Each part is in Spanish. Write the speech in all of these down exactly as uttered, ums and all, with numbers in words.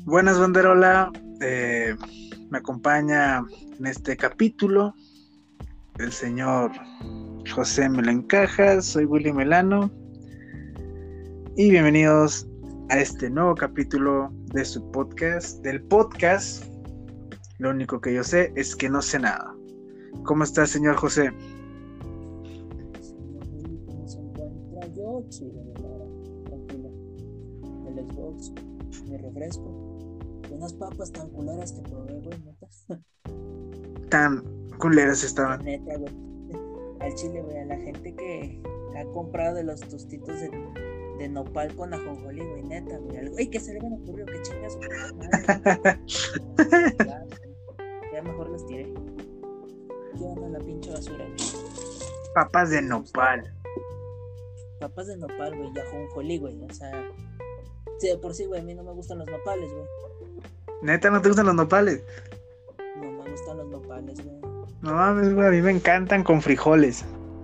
Buenas, Banderola. Eh, me acompaña en este capítulo el señor José Melencajas. Soy Willy Melano. Y bienvenidos a este nuevo capítulo de su podcast. Del podcast, lo único que yo sé es que no sé nada. ¿Cómo está, señor José? ¿Cómo se encuentra? Yo chido, tranquilo. El Xbox, mi refresco, unas papas tan culeras que probé, güey, neta. Tan culeras estaban. Neta, güey. Al chile, güey, a la gente que ha comprado de los tostitos de, de nopal con ajonjolí, güey, neta, güey. Güey, que se le van a ocurrir, que chingas su madre. Ya, ya mejor los tiré. Llevan a la pinche basura, güey. Papas de nopal. Papas de nopal, güey, y ajonjolí, güey, o sea... Sí, de por sí, güey, a mí no me gustan los nopales, güey. ¿Neta no te gustan los nopales? No me gustan los nopales, güey. No mames, güey, a mí me encantan con frijoles.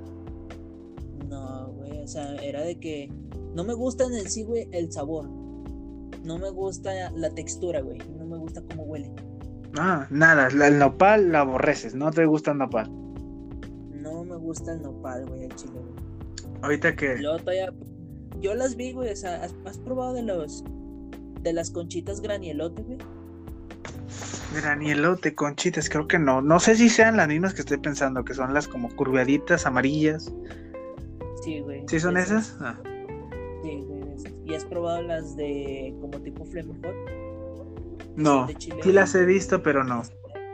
No, güey, o sea, era de que... No me gusta en el sí, güey, el sabor. No me gusta la textura, güey. No me gusta cómo huele. Ah, nada, el nopal la aborreces, no te gusta el nopal. No me gusta el nopal, güey, el chile, güey. Ahorita que... Luego todavía... Yo las vi, güey, o sea, ¿has, has probado de los... de las conchitas granielote, güey? Granielote, conchitas, creo que no. No sé si sean las mismas que estoy pensando, que son las como curveaditas, amarillas. Sí, güey. ¿Sí son esas. esas? Ah. Sí, güey, esas. ¿Y has probado las de como tipo Flaming Hot? No, De chile, sí las he visto, pero no.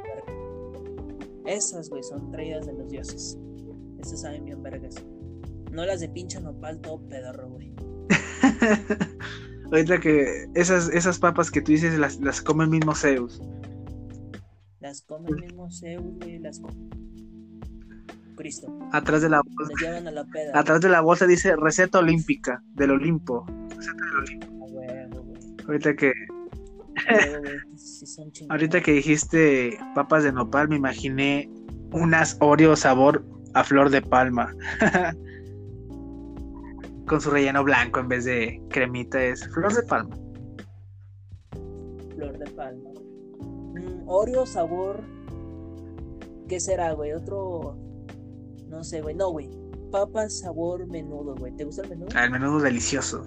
Esas, güey, son traídas de los dioses. Esas saben bien vergas. No las de pinche nopal todo pedorro, güey. Ahorita que esas, esas papas que tú dices las, las come el mismo Zeus. Las come el mismo Zeus, güey, las come Cristo. Atrás de la bolsa, Las llevan a la peda. atrás de la bolsa dice receta olímpica, del Olimpo. Receta del Olimpo. Ah, huevo, güey. Ahorita que, Huevo, güey. Sí son chingados. ahorita que dijiste papas de nopal, me imaginé unas Oreo sabor a flor de palma. Con su relleno blanco en vez de cremita, es flor de palma. Flor de palma. Mm, Oreo sabor. ¿Qué será, güey? Otro. No sé, güey. No, güey. Papas sabor menudo, güey. ¿Te gusta el menudo? Ah, el menudo delicioso.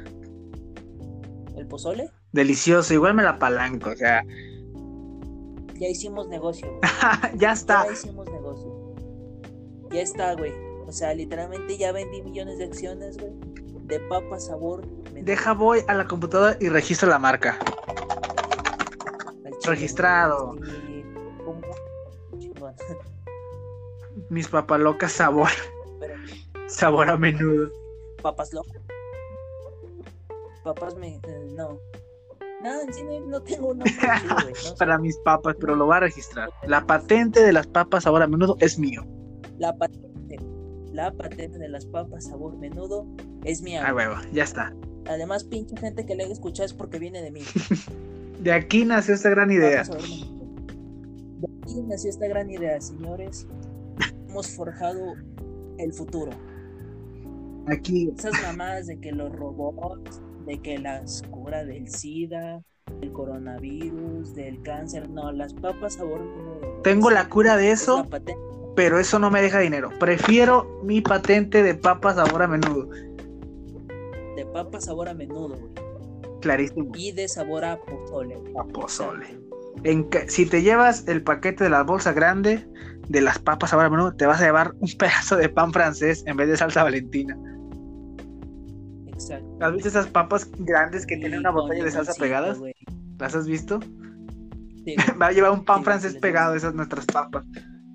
¿El pozole? Delicioso, igual me la palanco, o sea. Ya hicimos negocio, güey. Ya está. Ya hicimos negocio. Ya está, güey. O sea, literalmente ya vendí millones de acciones, güey. De papa sabor menudo. Deja, voy a la computadora y registro la marca. Al chile, Registrado. güey, sí. ¿Cómo? Chingón. Mis papalocas sabor. Pero, Sabor a menudo. papas locas. Papas me. eh, no. Nada, en sí no, no tengo un nombre chido, güey. No sé. Para mis papas, pero lo voy a registrar. La patente de las papas sabor a menudo es mío. La patente. La patente de las papas sabor menudo es mía. Ah, güey. huevo, ya está. Además, pinche gente que le haga escuchar es porque viene de mí. De aquí nació esta gran idea. Papas sabor menudo. De aquí nació esta gran idea, señores. Hemos forjado el futuro. Aquí. Esas mamadas de que los robots, de que las cura del SIDA, del coronavirus, del cáncer, no, las papas sabor menudo. Tengo la cura de Es eso, la patente. pero eso no me deja dinero. Prefiero mi patente de papas sabor a menudo. De papa sabor a menudo, güey. Clarísimo. Y de sabor a pozole, güey. A pozole. En que, si te llevas el paquete de la bolsa grande de las papas sabor a menudo, te vas a llevar un pedazo de pan francés en vez de salsa valentina. Exacto. ¿Has visto esas papas grandes que Y tienen una con botella de salsa limoncito, pegadas? güey. ¿Las has visto? Sí, güey. Va a llevar un pan Sí, francés sí, pegado, sí. esas nuestras papas.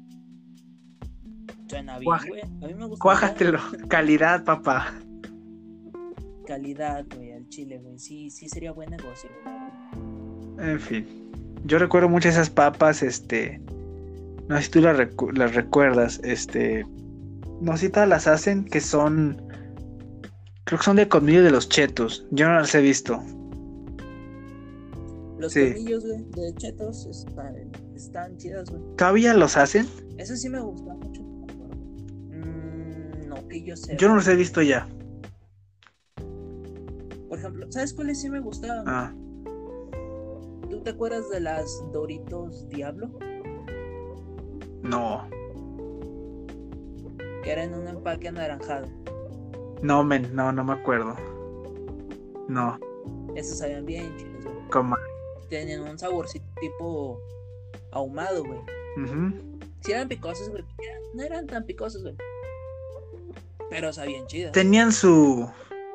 Suena bien, Cuaja- güey. A mí me gusta. Cuájatelo. Calidad, papá. Calidad, güey, al chile, güey. Sí, sí sería buen negocio. En fin. Yo recuerdo mucho esas papas, este... No sé si tú las, recu- las recuerdas, este... No sé si todas las hacen, que son... Creo que son de colmillo de los chetos. Yo no las he visto. Los Sí. colmillos, güey, de chetos están, están chidas, güey. ¿Todavía los hacen? Eso sí me gusta mucho. Mm, no, que yo sé. Yo no los he visto ya. Por ejemplo, ¿sabes cuáles sí me gustaban? Ah. ¿Tú te acuerdas de las Doritos Diablo? No. Que eran un empaque anaranjado. No, men, no, no me acuerdo. No. Esos sabían bien chidos, güey. ¿Cómo? Tenían un saborcito tipo ahumado, güey. Uh-huh. Sí eran picosos, güey. No eran tan picosos, güey. Pero sabían chidas. Tenían su...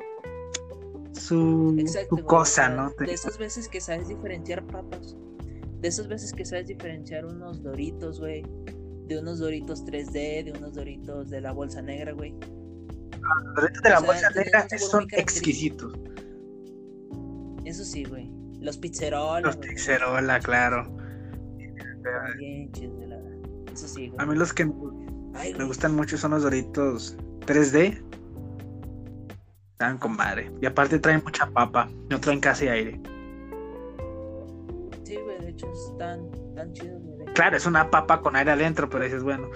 Su, Exacto, su güey, cosa, o sea, ¿no? De esas veces que sabes diferenciar papas. De esas veces que sabes diferenciar unos Doritos, güey. De unos Doritos tres D, de unos Doritos de la bolsa negra, güey. Los Doritos de la O sea, bolsa tenían negra un sabor son muy característico. exquisitos. Eso sí, güey. Los pizzerola. Los güey, pizzerola, claro. estaban bien chidos, de la verdad. Eso sí, güey. A mí los que Ay, me güey. gustan mucho son los Doritos tres D. Están con madre. Y aparte traen mucha papa. No traen casi aire. Sí, güey, de hecho están tan chidos, güey. de- Claro, es una papa con aire adentro, pero dices, bueno.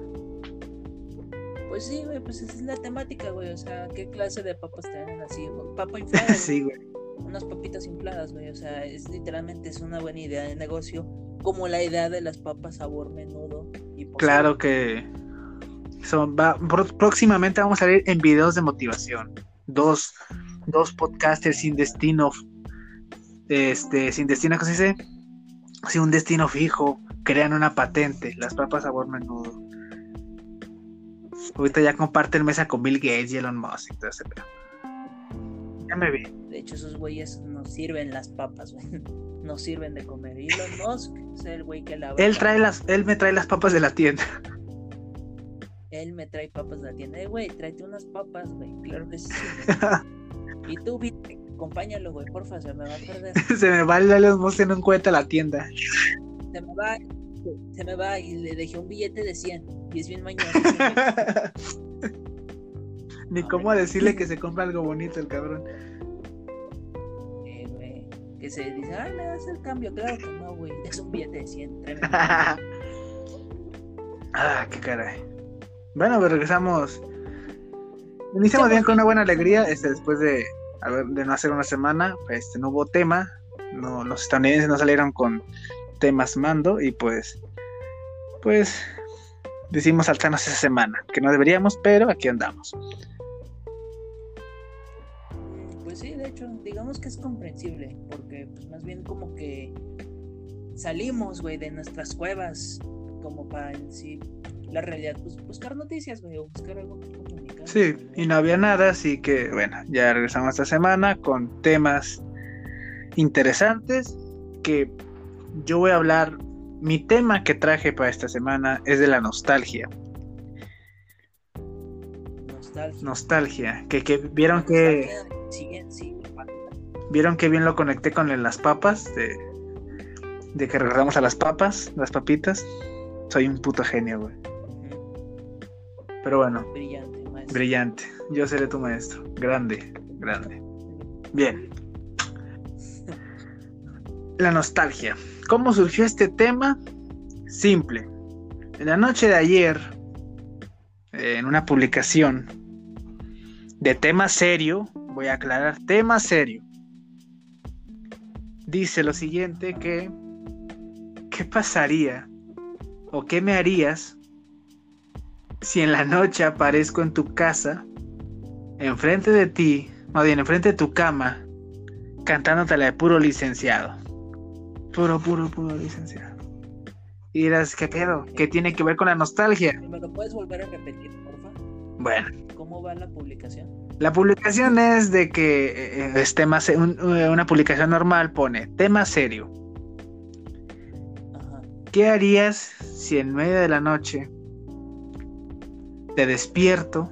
Pues sí, güey, pues esa es la temática, güey. O sea, ¿qué clase de papas te dan así? güey? Papa inflada, güey. Sí, güey. Unas papitas infladas, güey. O sea, es literalmente es una buena idea de negocio. Como la idea de las papas sabor menudo y pozole. Claro que son, va, pro- próximamente vamos a salir en videos de motivación. Dos, dos podcasters sin destino, este, sin destino, ¿cómo se dice? Sin un destino fijo, crean una patente, las papas sabor menudo. Ahorita ya comparten mesa con Bill Gates y Elon Musk y todo ese pedo. Ya me vi. De hecho, esos güeyes nos sirven las papas, güey. Nos sirven de comer. Y Elon Musk es el güey que la Él trae las, él me trae las papas de la tienda. Él me trae papas de la tienda. Eh, güey, tráete unas papas, güey. Claro que sí. Y tú, viste, acompáñalo, güey, porfa, se me va a perder. Se me va el Elon Musk en un cuenta a la tienda. Se me va, se me va y le dejé un billete de cien. Y es bien mañoso. Ni No, cómo hombre. decirle que se compra algo bonito el cabrón. Eh, güey, que se dice, ah, me das el cambio. Claro que no, güey. Es un billete de cien. Tráeme. Ah, qué caray. Bueno, pues regresamos. Iniciamos bien con una buena alegría. Este, después de, a ver, de no hacer una semana, este, no hubo tema. No, los estadounidenses no salieron con temas mando. Y pues, pues, decidimos saltarnos esa semana. Que no deberíamos, pero aquí andamos. Pues sí, de hecho, digamos que es comprensible. Porque, pues, más bien como que salimos, güey, de nuestras cuevas. Como para en sí la realidad, pues buscar noticias, güey, o buscar algo que comunicar. Sí, güey, y no había nada, así que bueno, ya regresamos esta semana con temas interesantes que yo voy a hablar. Mi tema que traje para esta semana es de la nostalgia. Nostalgia. Nostalgia, que, que vieron que Nostalgia, sí, sí, vieron que bien lo conecté con el- las papas, de, de que regresamos a las papas, las papitas. Soy un puto genio, güey. ujú, Pero bueno, brillante, maestro. brillante. Yo seré tu maestro. Grande, grande. Bien. La nostalgia. ¿Cómo surgió este tema? Simple. En la noche de ayer, eh, en una publicación de tema serio, voy a aclarar, tema serio, dice lo siguiente que ¿qué pasaría o qué me harías si en la noche aparezco en tu casa, enfrente de ti, más bien enfrente de tu cama, cantándote la de puro licenciado? Puro, puro, puro licenciado. Y dirás, ¿qué pedo? ¿Qué tiene que ver con la nostalgia? ¿Me lo puedes volver a repetir, porfa? Bueno, ¿Cómo va la publicación? la publicación es de que eh, es tema se- un- eh, una publicación normal pone tema serio. Ajá. ¿Qué harías si en medio de la noche te despierto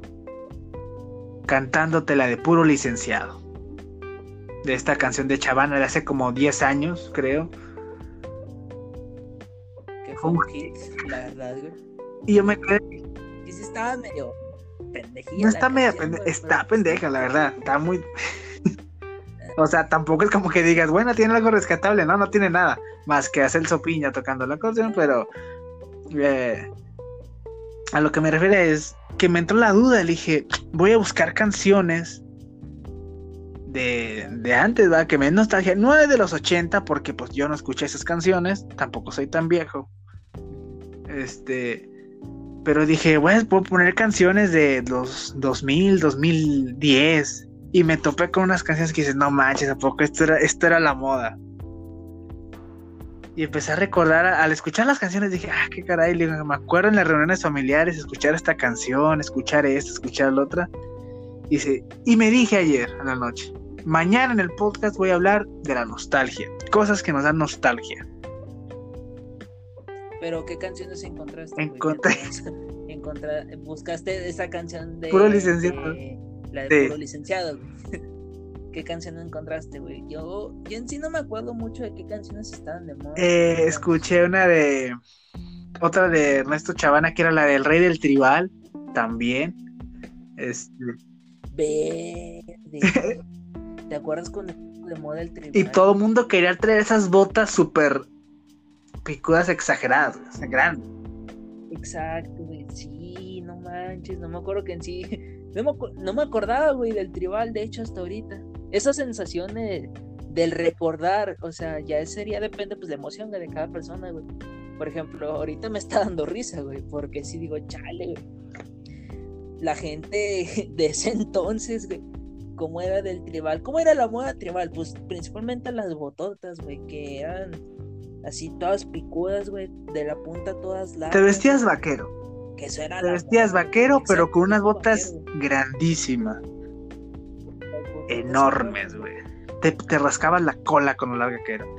cantándote la de puro licenciado? De esta canción de Chavana de hace como diez años, creo. Que fue un hit, la verdad, güey. Y yo me quedé. Y sí estaba medio pendejilla. No la está media canción, pendeja, güey, está pero- pendeja, la verdad. Está muy. O sea, tampoco es como que digas, bueno, tiene algo rescatable. No, no tiene nada. Más que hacer el sopiña tocando la canción, pero. eh, a lo que me refiero es que me entró la duda. Le dije, voy a buscar canciones de, de antes, ¿va? Que me da nostalgia. No es de los ochenta, porque pues yo no escuché esas canciones, tampoco soy tan viejo. Este, pero dije, bueno, puedo poner canciones de los dos mil, dos mil diez. Y me topé con unas canciones que dices, no manches, ¿a poco esto era, esto era la moda? Y empecé a recordar, al escuchar las canciones dije, ah, qué caray, le digo, me acuerdo en las reuniones familiares, escuchar esta canción, escuchar esta, escuchar la otra. Y, se, y me dije ayer a la noche, mañana en el podcast voy a hablar de la nostalgia, cosas que nos dan nostalgia. Pero ¿qué canciones encontraste? Encontré. Encontra... Buscaste esa canción de... Puro licenciado. De... La de sí. Puro Licenciado. ¿Qué canción encontraste, güey? Yo, yo en sí no me acuerdo mucho de qué canciones estaban de moda. Eh, escuché una de... Otra de Ernesto Chavana, que era la del Rey del Tribal, también. Este... Verde. ¿Te acuerdas cuando de moda el Tribal? Y todo el mundo quería traer esas botas súper picudas exageradas, o sea, grandes. Exacto, güey. Sí, no manches, no me acuerdo que en sí... No me, no me acordaba, güey, del Tribal, de hecho, hasta ahorita. Esa sensación de, del recordar, o sea, ya sería, depende, pues, la emoción de cada persona, güey. Por ejemplo, ahorita me está dando risa, güey, porque sí digo, chale, güey. La gente de ese entonces, güey, ¿cómo era del Tribal? ¿Cómo era la moda Tribal? Pues, principalmente las bototas, güey, que eran así todas picudas, güey, de la punta todas largas. Te vestías vaquero. Que eso era Te vestías moda, vaquero, exacto, pero con unas botas vaquero, grandísimas, enormes, güey. Te, te rascabas la cola con lo larga que era.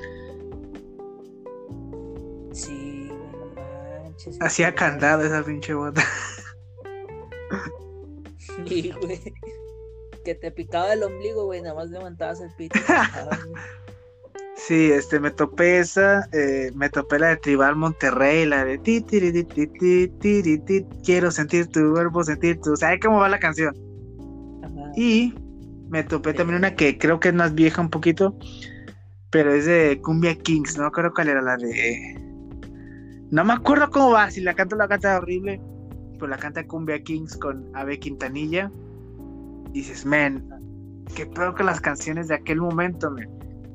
Sí, no manches. Hacía candado esa pinche bota. Sí, güey. Que te picaba el ombligo, güey, nada más levantabas el pito. Sí, este, me topé esa, eh, me topé la de Tribal Monterrey, la de ti, ti, ti, ti, ti, ti, ti, quiero sentir tu cuerpo, sentir tu... ¿Sabes cómo va la canción? Ajá. Y me topé sí. también una que creo que es más vieja un poquito, pero es de Cumbia Kings, no me acuerdo cuál era la de... No me acuerdo cómo va, si la canta la canta horrible, pero la canta Cumbia Kings con Ave Quintanilla. Y dices, man, qué peor que las canciones de aquel momento, man.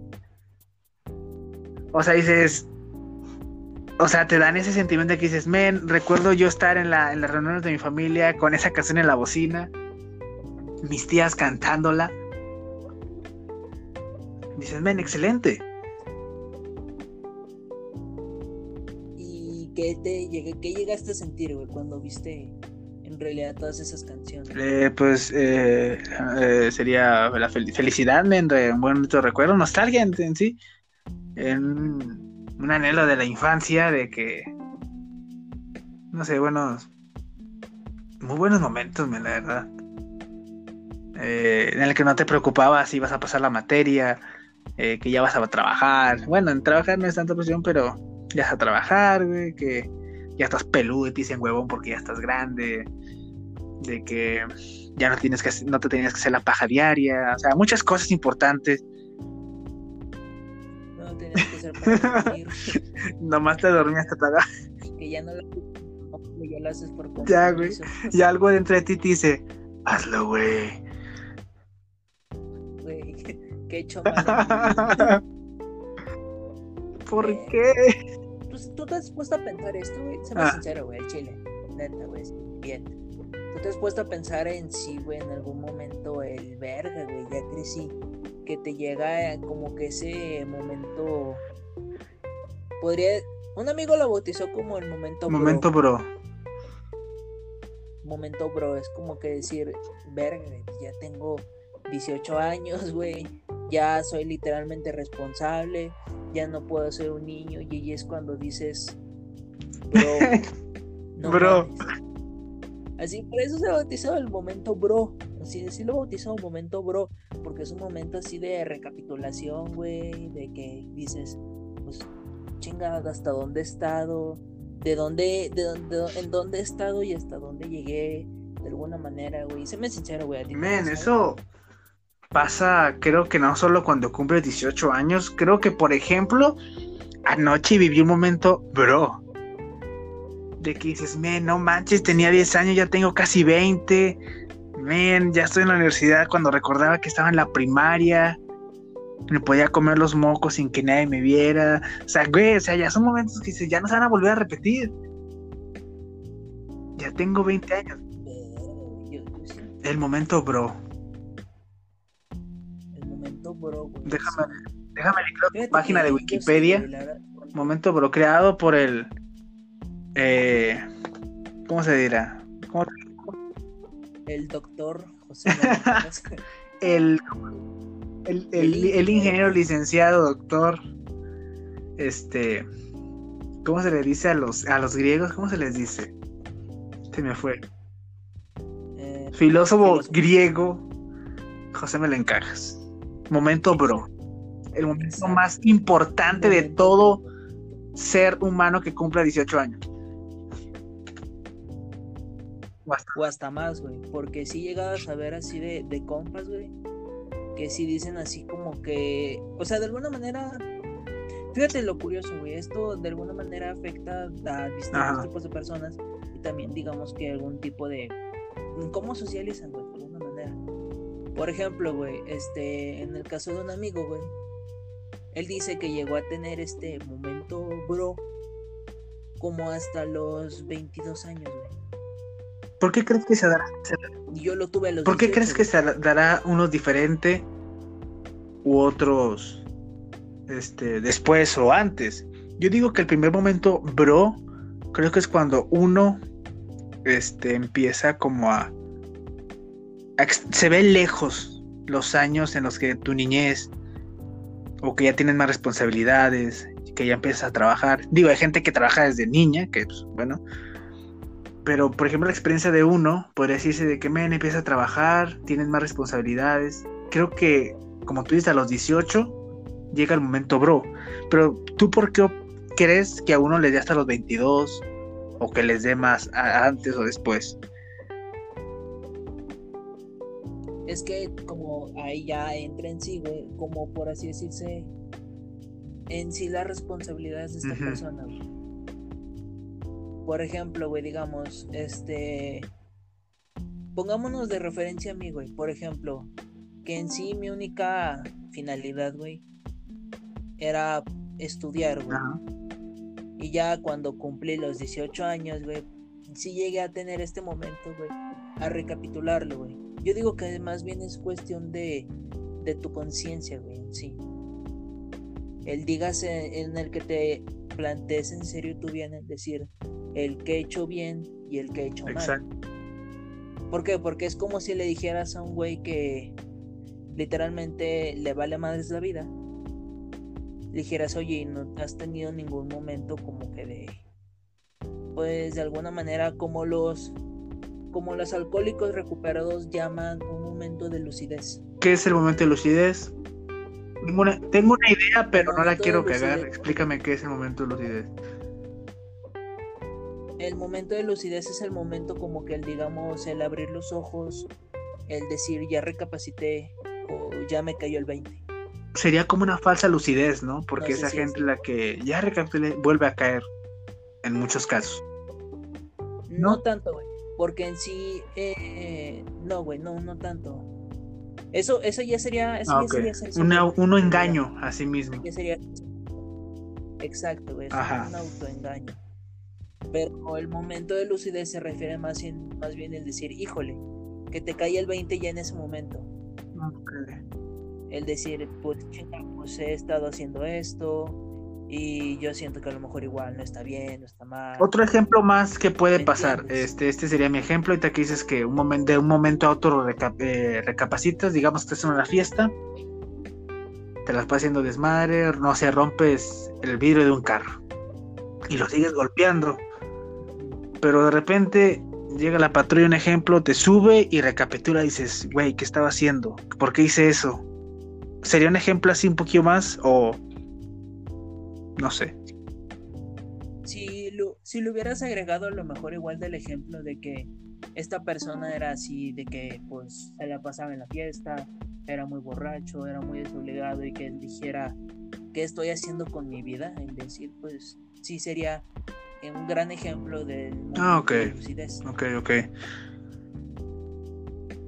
O sea, dices, o sea, te dan ese sentimiento de que dices, men, recuerdo yo estar en la en las reuniones de mi familia con esa canción en la bocina, mis tías cantándola. Dices, men, excelente. ¿Y qué te llegué, qué llegaste a sentir, güey, cuando viste en realidad todas esas canciones? Eh, pues eh, eh, sería la fel- felicidad, men, de un buen recuerdo, nostalgia en, en sí. En un anhelo de la infancia, de que no sé, buenos muy buenos momentos, la verdad, eh, en el que no te preocupabas si ibas a pasar la materia, eh, que ya vas a trabajar. Bueno, en trabajar no es tanta presión, pero ya vas a trabajar, güey, que ya estás peludo y te dicen huevón porque ya estás grande, de que ya no tienes que no te tenías que hacer la paja diaria, o sea, muchas cosas importantes. Tenías que hacer para dormir. Nomás te dormías hasta pagar. Que ya no lo, ya lo haces por compromiso. Ya, güey. Y algo dentro de ti te dice, hazlo, güey. Güey, ¿qué he hecho mal? ¿Por eh, qué? Pues tú te has puesto a pensar esto, güey. Se me ah. sincero, güey, el chile. Neta, güey. Bien. Tú te has puesto a pensar en sí, güey, en algún momento el verga, güey, ya crecí. Que te llega como que ese momento, podría, un amigo lo bautizó como el momento bro. Momento bro. Momento bro, es como que decir, verga, ya tengo dieciocho años, güey, ya soy literalmente responsable, ya no puedo ser un niño, y ahí es cuando dices, bro, no bro. Mames. Así, por eso se bautizó el momento bro. Así, así lo bautizó, momento bro, porque es un momento así de recapitulación, güey, de que dices, pues, chingada, hasta dónde he estado, de dónde, de dónde, en dónde he estado y hasta dónde llegué, de alguna manera, güey. Séme sincero, güey. Men, eso pasa, creo que no solo cuando cumples dieciocho años, creo que, por ejemplo, anoche viví un momento, bro, de que dices, men, no manches, tenía diez años, ya tengo casi veinte, Men, ya estoy en la universidad cuando recordaba que estaba en la primaria. Me podía comer los mocos sin que nadie me viera. O sea, güey, o sea, ya son momentos que dices, ya no se van a volver a repetir. Ya tengo veinte años. Pero yo, yo sí, El momento, bro. el momento, bro, güey. Déjame, sí. déjame leer la Fíjate página que de yo sí, Wikipedia. güey, la verdad, con- Momento, bro, creado por el. Eh, ¿Cómo se dirá? ¿Cómo- el doctor José Melencajas. El, el, el, El el ingeniero ingeniero. licenciado, doctor. Este. ¿Cómo se le dice a los, a los griegos? ¿Cómo se les dice? Se me fue. eh, Filósofo filósofo. griego José Melencajas. Momento, bro. El momento Exacto. más importante de Momento. todo ser humano que cumpla dieciocho años. Basta. O hasta más, güey. Porque sí llegabas a ver así de, de compas, güey. Que sí dicen así como que. O sea, de alguna manera. Fíjate lo curioso, güey. Esto de alguna manera afecta a distintos Ajá. tipos de personas. Y también, digamos que algún tipo de. ¿Cómo socializan, güey? De alguna manera. Por ejemplo, güey. Este. En el caso de un amigo, güey. Él dice que llegó a tener este momento, bro. Como hasta los veintidós años, güey. ¿Por qué crees que se dará? Y yo lo tuve a los ¿Por qué dieciocho, crees que güey. se dará unos diferente u otros este, después o antes? Yo digo que el primer momento, bro, creo que es cuando uno este, empieza como a, a ex- se ve lejos los años en los que tu niñez o que ya tienes más responsabilidades, que ya empiezas a trabajar. Digo, hay gente que trabaja desde niña, que pues, bueno. Pero, por ejemplo, la experiencia de uno, podría decirse de que, men, empieza a trabajar, tienes más responsabilidades. Creo que, como tú dices, a los dieciocho llega el momento, bro. Pero, ¿tú por qué crees que a uno les dé hasta los veintidós? O que les dé más a- antes o después. Es que como ahí ya entra en sí, güey, como por así decirse, en sí las responsabilidades de esta Ujú. persona, güey. Por ejemplo, güey, digamos, este, pongámonos de referencia a mí, güey. Por ejemplo, que en sí mi única finalidad, güey, era estudiar, güey. Ajá. Y ya cuando cumplí los dieciocho años, güey, sí llegué a tener este momento, güey, a recapitularlo, güey. Yo digo que más bien es cuestión de, de tu conciencia, güey, en sí. El digas en, en el que te plantees en serio tu bien, es decir, el que he hecho bien y el que he hecho mal. Exacto. ¿Por qué? Porque es como si le dijeras a un güey que literalmente le vale madres la vida. Le dijeras, oye, no has tenido ningún momento como que de, pues de alguna manera como los, como los alcohólicos recuperados llaman un momento de lucidez. ¿Qué es el momento de lucidez? Tengo una, tengo una idea, pero El no la momento quiero de cagar. lucidez. Explícame qué es el momento de lucidez. El momento de lucidez es el momento como que el, digamos, el abrir los ojos, el decir ya recapacité o ya me cayó el veinte. Sería como una falsa lucidez, ¿no? Porque No sé esa si gente es- la que ya recapitulé vuelve a caer en muchos casos. No, ¿No? tanto, güey. Porque en sí, eh, no, güey, no, no tanto. Eso, eso ya sería, eso Ah, ya ok. sería ser Una, psicópata, uno en engaño realidad. a sí mismo. Ya sería, exacto, güey, es Ajá. un autoengaño. Pero el momento de lucidez se refiere más bien, más bien el decir, híjole, que te cae el veinte ya en ese momento. Ok. El decir, pues chinga, pues he estado haciendo esto y yo siento que a lo mejor igual no está bien, no está mal. Otro ejemplo más que puede ¿Me pasar, entiendes? este, este sería mi ejemplo. Ahorita que dices que un momento, de un momento a otro reca- eh, recapacitas, digamos que estás en una fiesta, te las vas haciendo desmadre, no sé, rompes el vidrio de un carro y lo sigues golpeando, pero de repente llega la patrulla, un ejemplo, te sube y recapitula y dices, güey, ¿qué estaba haciendo? ¿Por qué hice eso? ¿Sería un ejemplo así un poquito más o no sé? Si lo, si lo hubieras agregado a lo mejor igual del ejemplo de que esta persona era así, de que pues se la pasaba en la fiesta, era muy borracho, era muy desobligado y que él dijera, ¿qué estoy haciendo con mi vida? Es decir, pues sí sería un gran ejemplo del Ah, ok. momento de lucidez. Ok, ok.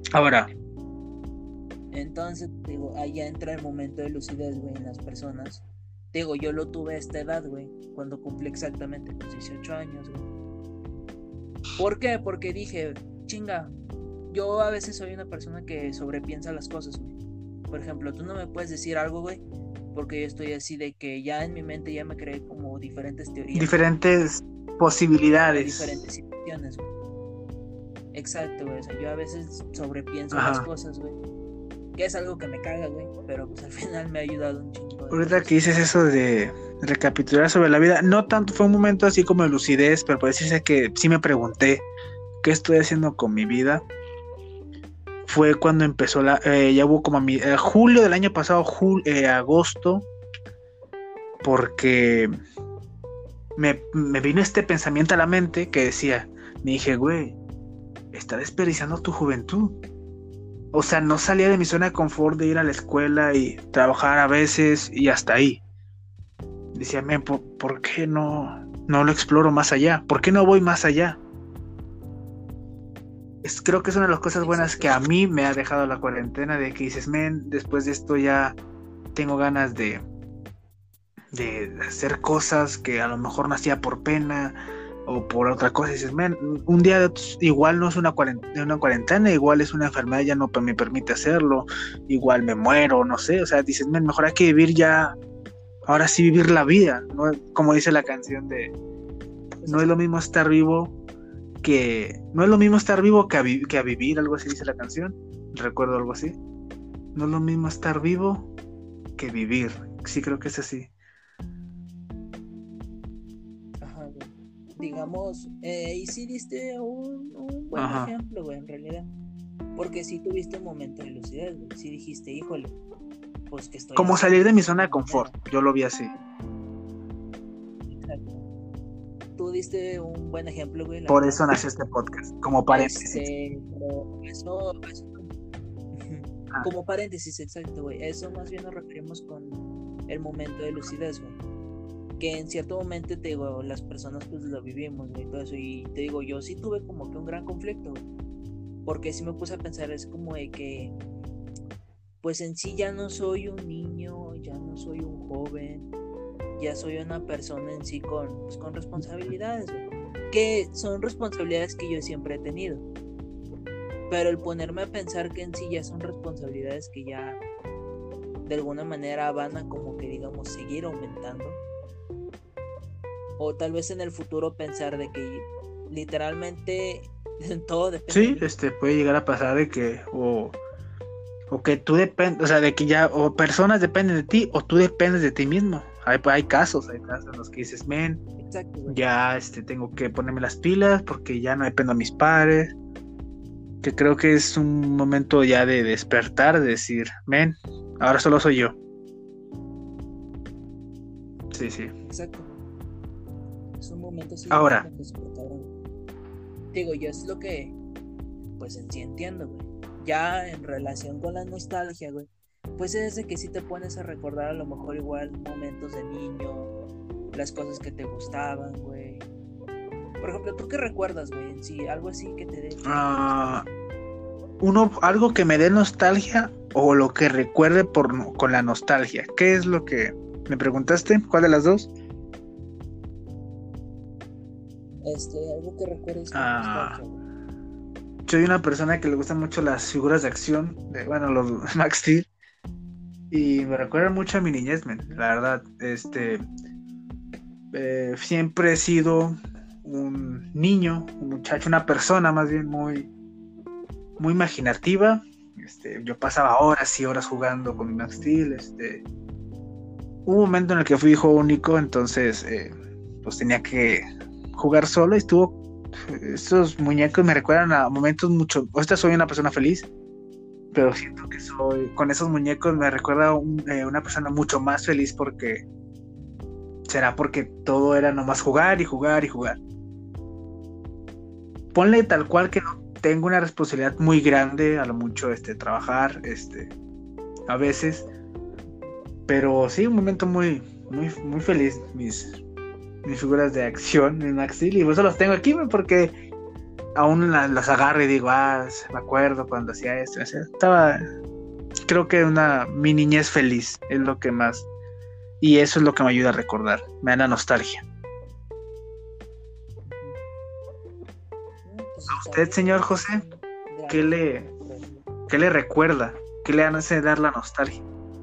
Ahora. Entonces, digo, ahí entra el momento de lucidez, güey, en las personas. Digo, yo lo tuve a esta edad, güey, cuando cumplí exactamente los dieciocho años, güey. ¿Por qué? Porque dije, chinga, yo a veces soy una persona que sobrepiensa las cosas, güey. Por ejemplo, tú no me puedes decir algo, güey, porque yo estoy así de que ya en mi mente ya me creé como diferentes teorías. Diferentes posibilidades. Diferentes situaciones, güey. Exacto, güey. O sea, yo a veces sobrepienso Ajá. las cosas, güey. Que es algo que me caga, güey. Pero pues al final me ha ayudado un chingo. Ahorita que dices eso de recapitular sobre la vida, no tanto fue un momento así como de lucidez, pero puede decirse que sí me pregunté qué estoy haciendo con mi vida. Fue cuando empezó la, eh, ya hubo como a mi, eh, julio del año pasado, jul, eh, agosto, porque me, me vino este pensamiento a la mente que decía, me dije, güey, está desperdiciando tu juventud. O sea, no salía de mi zona de confort de ir a la escuela y trabajar a veces y hasta ahí. Decía, men, ¿por, ¿por qué no, no lo exploro más allá? ¿Por qué no voy más allá? Es, creo que es una de las cosas buenas que a mí me ha dejado la cuarentena, de que dices, men, después de esto ya tengo ganas de, de hacer cosas que a lo mejor no hacía por pena o por otra cosa. Y dices, men, un día igual no es una cuarentena, una cuarentena, igual es una enfermedad, ya no me permite hacerlo, igual me muero, no sé. O sea, dices, men, mejor hay que vivir ya, ahora sí vivir la vida, ¿no? Como dice la canción de, no es lo mismo estar vivo que no es lo mismo estar vivo que a, vi- que a vivir, algo así dice la canción, recuerdo algo así, no es lo mismo estar vivo que vivir, sí creo que es así. Ajá, güey. Digamos, eh, y sí diste un, un buen Ajá. ejemplo, güey, en realidad, porque sí tuviste un momento de lucidez, güey, sí dijiste, híjole, pues que estoy como salir de mi zona de confort, yo lo vi así. Exacto. Tú diste un buen ejemplo, güey. Por eso nació este podcast, como paréntesis. Este, eso, eso, ah. Como paréntesis, exacto, güey. Eso más bien nos referimos con el momento de lucidez, güey. Que en cierto momento, te digo, las personas pues lo vivimos, güey, todo eso. Y te digo, yo sí tuve como que un gran conflicto, güey. Porque sí me puse a pensar, es como de que, pues en sí ya no soy un niño, ya no soy un joven, ya soy una persona en sí con, pues, con responsabilidades, güey, que son responsabilidades que yo siempre he tenido, pero el ponerme a pensar que en sí ya son responsabilidades que ya de alguna manera van a como que digamos seguir aumentando, o tal vez en el futuro pensar de que literalmente todo depende. Sí, de este puede llegar a pasar de que o o que tú dependes, o sea, de que ya o personas dependen de ti o tú dependes de ti mismo. Hay, hay casos, hay casos en los que dices, men, Exacto, ya este, tengo que ponerme las pilas porque ya no dependo de mis padres. Que creo que es un momento ya de despertar, de decir, men, ahora solo soy yo. Sí, sí. Exacto. Es un momento así. Ahora. Digo, yo es lo que, pues en sí entiendo, güey. Ya en relación con la nostalgia, güey, pues es de que sí te pones a recordar a lo mejor igual momentos de niño, las cosas que te gustaban, güey. Por ejemplo, ¿tú qué recuerdas, güey, en sí? Algo así que te dé... Uh, uno, algo que me dé nostalgia o lo que recuerde por, con la nostalgia. ¿Qué es lo que me preguntaste? ¿Cuál de las dos? Este, algo que recuerdes con uh, nostalgia, güey. Soy una persona que le gustan mucho las figuras de acción, de, bueno, los Max Steel, y me recuerda mucho a mi niñez, man, la verdad. Este, eh, siempre he sido un niño, un muchacho, una persona más bien muy, muy imaginativa. Este, yo pasaba horas y horas jugando con mi Max Steel. Este, hubo un momento en el que fui hijo único, entonces, eh, pues tenía que jugar solo y estuvo. Estos muñecos me recuerdan a momentos mucho. Ahorita soy una persona feliz, pero siento que soy. Con esos muñecos me recuerda a un, eh, una persona mucho más feliz, porque será porque todo era nomás jugar y jugar y jugar. Ponle tal cual que no tengo una responsabilidad muy grande, a lo mucho este trabajar, este, a veces, pero sí un momento muy, muy, muy feliz. Mis mis figuras de acción, mis Max Steel, y por eso los tengo aquí, porque aún la- las agarro y digo, ah, me acuerdo cuando hacía esto. O sea, estaba, creo que una mi niñez feliz es lo que más, y eso es lo que me ayuda a recordar, me da la nostalgia. Mm, pues ¿A está usted, bien, señor güey, es José, un gran qué le, recuerdo. qué le recuerda? ¿Qué le hace dar la nostalgia?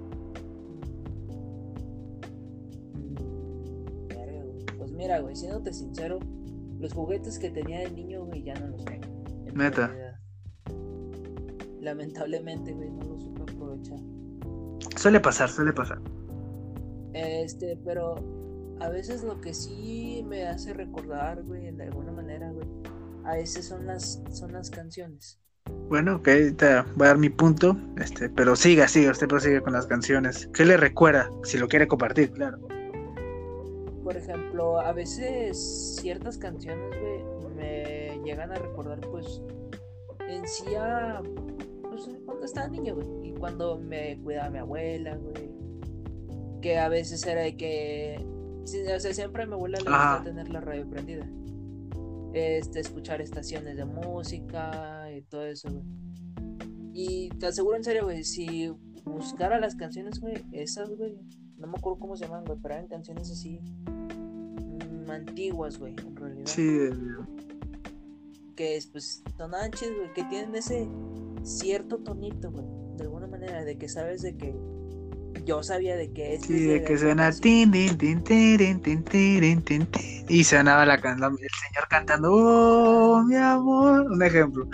Mm, verga, güey. Pues mira, güey, siéndote sincero, los juguetes que tenía de niño, güey, ya no los tengo. En Neta. realidad. Lamentablemente, güey, no los supe aprovechar. Suele pasar, suele pasar. Este, pero a veces lo que sí me hace recordar, güey, de alguna manera, güey, a veces son las, son las canciones. Bueno, ok, ahorita voy a dar mi punto, este, pero siga, siga, usted prosigue con las canciones. ¿Qué le recuerda? Si lo quiere compartir, claro. Por ejemplo, a veces ciertas canciones, güey, me llegan a recordar, pues, en sí a, pues, cuando estaba niño, güey, y cuando me cuidaba mi abuela, güey, que a veces era de que, sí, o sea, siempre a mi abuela le Ajá. gustaba tener la radio prendida, este, escuchar estaciones de música y todo eso, güey. Y te aseguro en serio, güey, si buscara las canciones, güey, esas, güey, no me acuerdo cómo se llaman, güey, pero eran canciones así mm, antiguas, güey, en realidad. Sí, eh, Que es, pues, sonaban chidas, güey, que tienen ese cierto tonito, güey, de alguna manera, de que sabes de que yo sabía de que este sí, es de de que época suena así. tin, tin, tin, tirin, tin, tirin, tin, tin, y sonaba la can- la- el señor cantando, oh, mi amor, un ejemplo.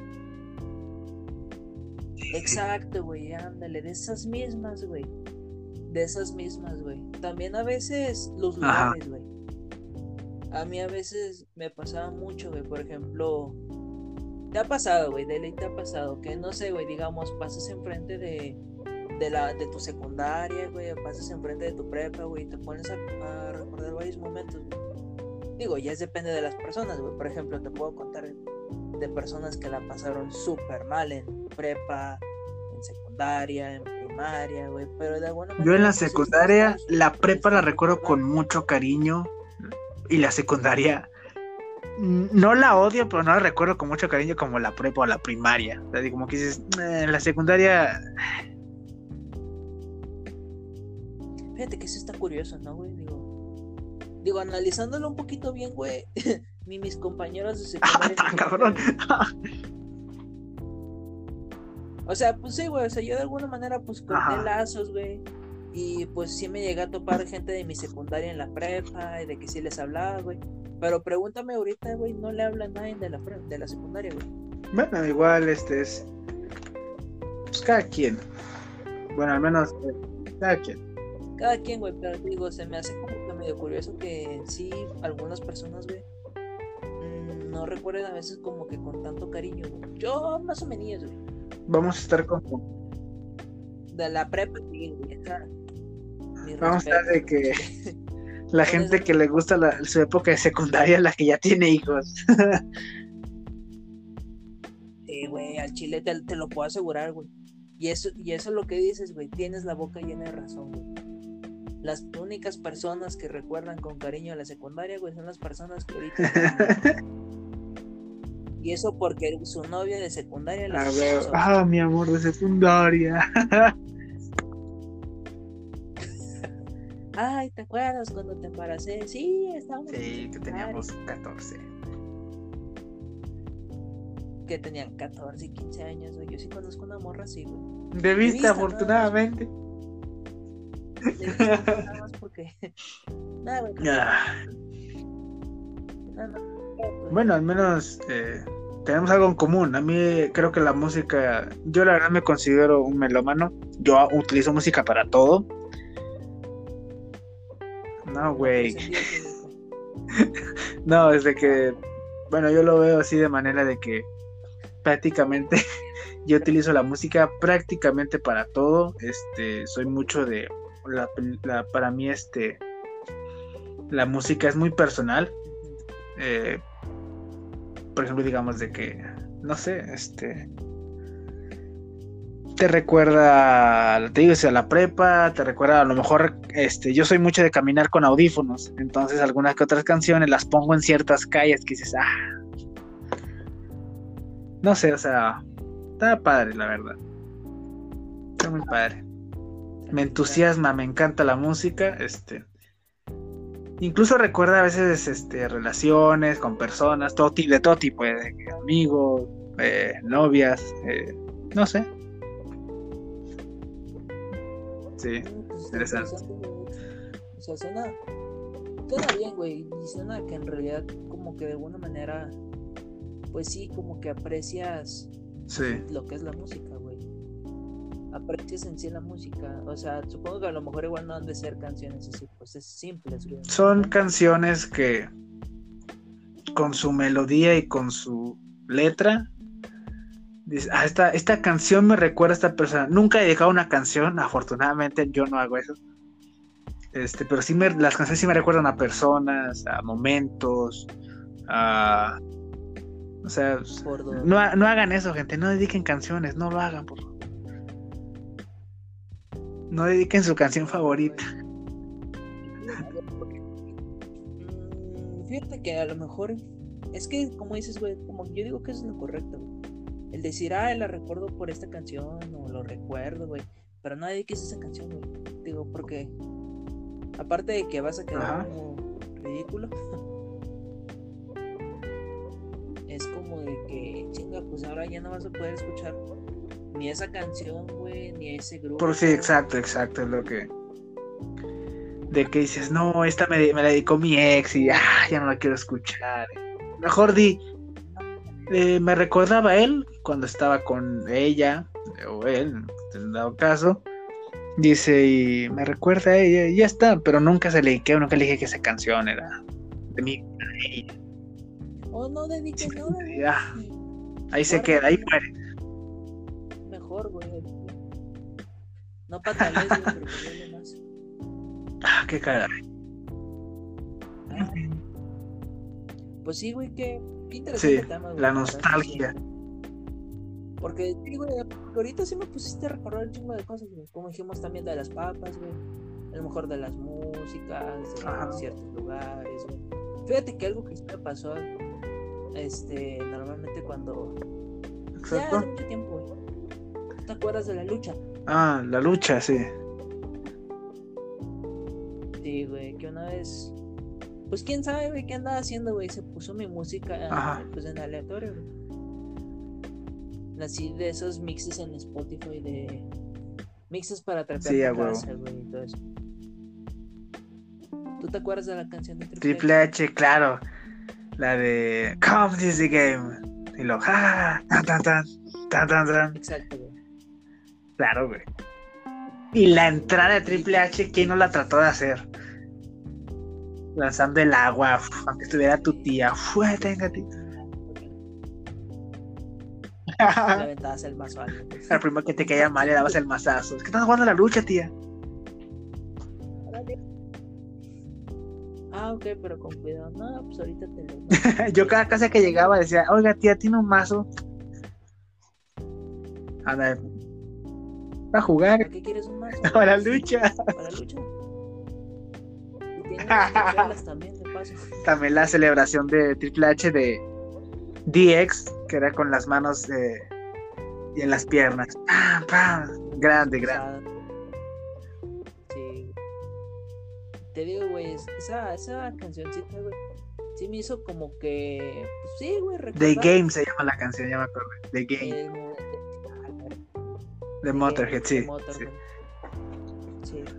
Exacto, güey, ándale, de esas mismas, güey. De esas mismas, güey. También a veces los Ajá. lugares, güey. A mí a veces me pasaba mucho, güey. Por ejemplo, te ha pasado, güey, de ley te ha pasado. Que no sé, güey, digamos, pasas enfrente de, de, la, de tu secundaria, güey. O pasas enfrente de tu prepa, güey. Y te pones a, a recordar varios momentos, güey. Digo, ya depende de las personas, güey. Por ejemplo, te puedo contar de personas que la pasaron súper mal en prepa, en secundaria, en primaria, güey, pero de alguna manera Yo en la pues ellos secundaria, están la prepa la están recuerdo con recordando. mucho cariño, y la secundaria mm, no la odio, pero no la recuerdo con mucho cariño como la prepa o la primaria. O sea, como que dices, "Eh, la secundaria, Fíjate que eso está curioso, ¿no, güey? Digo, digo, analizándolo un poquito bien, güey, ni mis compañeros de ah, secundaria tan ni cabrón". primaria, güey. O sea, pues sí, güey, o sea, yo de alguna manera pues corté Ajá. lazos, güey. Y pues sí me llegué a topar gente de mi secundaria en la prepa y de que sí les hablaba, güey. Pero pregúntame ahorita, güey, no le habla a nadie de la, pre- de la secundaria, güey. Bueno, igual este es, pues cada quien. Bueno, al menos eh, cada quien. Cada quien, güey, pero te digo, se me hace como que medio curioso que en sí algunas personas, güey, mm, no recuerden a veces como que con tanto cariño, güey. Yo más o menos, güey. Vamos a estar con, De la prepa, sí, güey, esa, mis vamos a estar de respetos, güey, que chile. la Son gente esas- que le gusta la- su época de secundaria es la que ya tiene hijos. Sí, güey, al chile te, te lo puedo asegurar, güey. Y eso, y eso es lo que dices, güey. Tienes la boca llena de razón, güey. Las únicas personas que recuerdan con cariño a la secundaria, güey, son las personas que ahorita están. Y eso porque su novia de secundaria la A ver, expulsó. ah, mi amor de secundaria. Ay, ¿te acuerdas cuando te embaracé? Sí, estábamos en Sí, que secundaria. teníamos catorce. Que tenían catorce y quince años, güey. Yo sí conozco una morra así, güey. De vista, vista, afortunadamente. De vista, nada más porque. Nada, güey. Ah, No, no. Bueno, al menos eh, tenemos algo en común. A mí creo que la música, yo la verdad me considero un melómano. Yo utilizo música para todo. No, güey. No, es de que, bueno, yo lo veo así de manera de que prácticamente yo utilizo la música prácticamente para todo. Este, soy mucho de la, la para mí este la música es muy personal. Eh, por ejemplo, digamos de que no sé, este te recuerda, te digo, a la prepa, te recuerda a lo mejor, este, yo soy mucho de caminar con audífonos, entonces algunas que otras canciones las pongo en ciertas calles que dices, ah, no sé, o sea, está padre, la verdad. Está muy padre. Me entusiasma, me encanta la música, este. Incluso recuerda a veces este, relaciones con personas, todo, de todo tipo, eh, amigos, eh, novias, eh, no sé. Sí, Pues interesante. O sea, suena, suena bien, güey. Y suena que en realidad, como que de alguna manera, pues sí, como que aprecias Sí. lo que es la música, güey. Aprecias en sí la música. O sea, supongo que a lo mejor igual no han de ser canciones así, pues es simples, güey. Son canciones que con su melodía y con su letra dices, ah, esta, esta canción me recuerda a esta persona. Nunca he dedicado una canción, afortunadamente yo no hago eso. Este, pero sí me, las canciones sí me recuerdan a personas, a momentos, a... O sea, no, no hagan eso, gente, no dediquen canciones, no lo hagan, por favor. No dediquen su canción favorita. Fíjate que a lo mejor es que, como dices, güey, como yo digo que eso es lo correcto, güey. El decir, ah, la recuerdo por esta canción, o lo recuerdo, güey, pero no dediques esa canción, güey. Digo, porque aparte de que vas a quedar Ajá. como ridículo, es como de que, chinga, pues ahora ya no vas a poder escuchar ni esa canción, güey, ni ese grupo. Por sí, exacto, exacto, es lo que... De que dices, no, esta me, me la dedicó mi ex y ah, ya no la quiero escuchar. Mejor di, eh, me recordaba a él cuando estaba con ella, o él, en dado caso. Dice, y me recuerda a ella, y ya está, pero nunca se le dediqué, nunca le dije que esa canción era de mí. O no dediques sí, nada. Ah, ahí se queda, ahí muere. Mejor, güey. No patales, güey, pero pues más. Ah, qué caray. Ah. Pues sí, güey, qué, qué interesante sí, tema, güey. La nostalgia. Porque, sí, güey, ahorita sí me pusiste a recordar un chingo de cosas, güey. Como dijimos también de las papas, güey. A lo mejor de las músicas, de Ajá. ciertos lugares, güey. Fíjate que algo que sí me pasó, este, normalmente cuando... Exacto. Ya hace mucho tiempo, güey. ¿Te acuerdas de la lucha? Ah, la lucha, sí. Sí, güey, que una vez... Pues quién sabe, güey, qué andaba haciendo, güey. Se puso mi música, Ajá. pues en aleatorio, güey. Así de esos mixes en Spotify de... Mixes para trapear sí, en casa, güey, y todo eso. ¿Tú te acuerdas de la canción de Triple, Triple H? H, claro. La de... Come this the game. Y lo... ¡Ja! Tan, tan, tan, tan, tan, tan. Exacto, güey. Claro, güey. Y la entrada de Triple H, ¿quién no la trató de hacer? Lanzando el agua, aunque estuviera tu tía. Fue, tenga ti. Le aventabas el mazo a alguien. Al primero que te caía mal le dabas el mazazo. Es que estás jugando la lucha, tía. Ah, ok, pero con cuidado. No, pues ahorita te lo... Yo cada casa que llegaba decía, oiga, tía, ¿tiene un mazo? Anda, ¿va a jugar? ¿Para qué quieres un mazo? Para la lucha. Para la lucha. Y tienes que también, de paso. También la celebración de Triple H de D X, que era con las manos eh, y en las piernas. ¡Pam, pam! Grande, grande. Sí. Te digo, güey, esa, esa cancioncita, güey, sí me hizo como que... Pues sí, güey, recordar. The Game se llama la canción, ya me acuerdo. The Game. El, de Motorhead, sí, Motorhead. sí. Sí.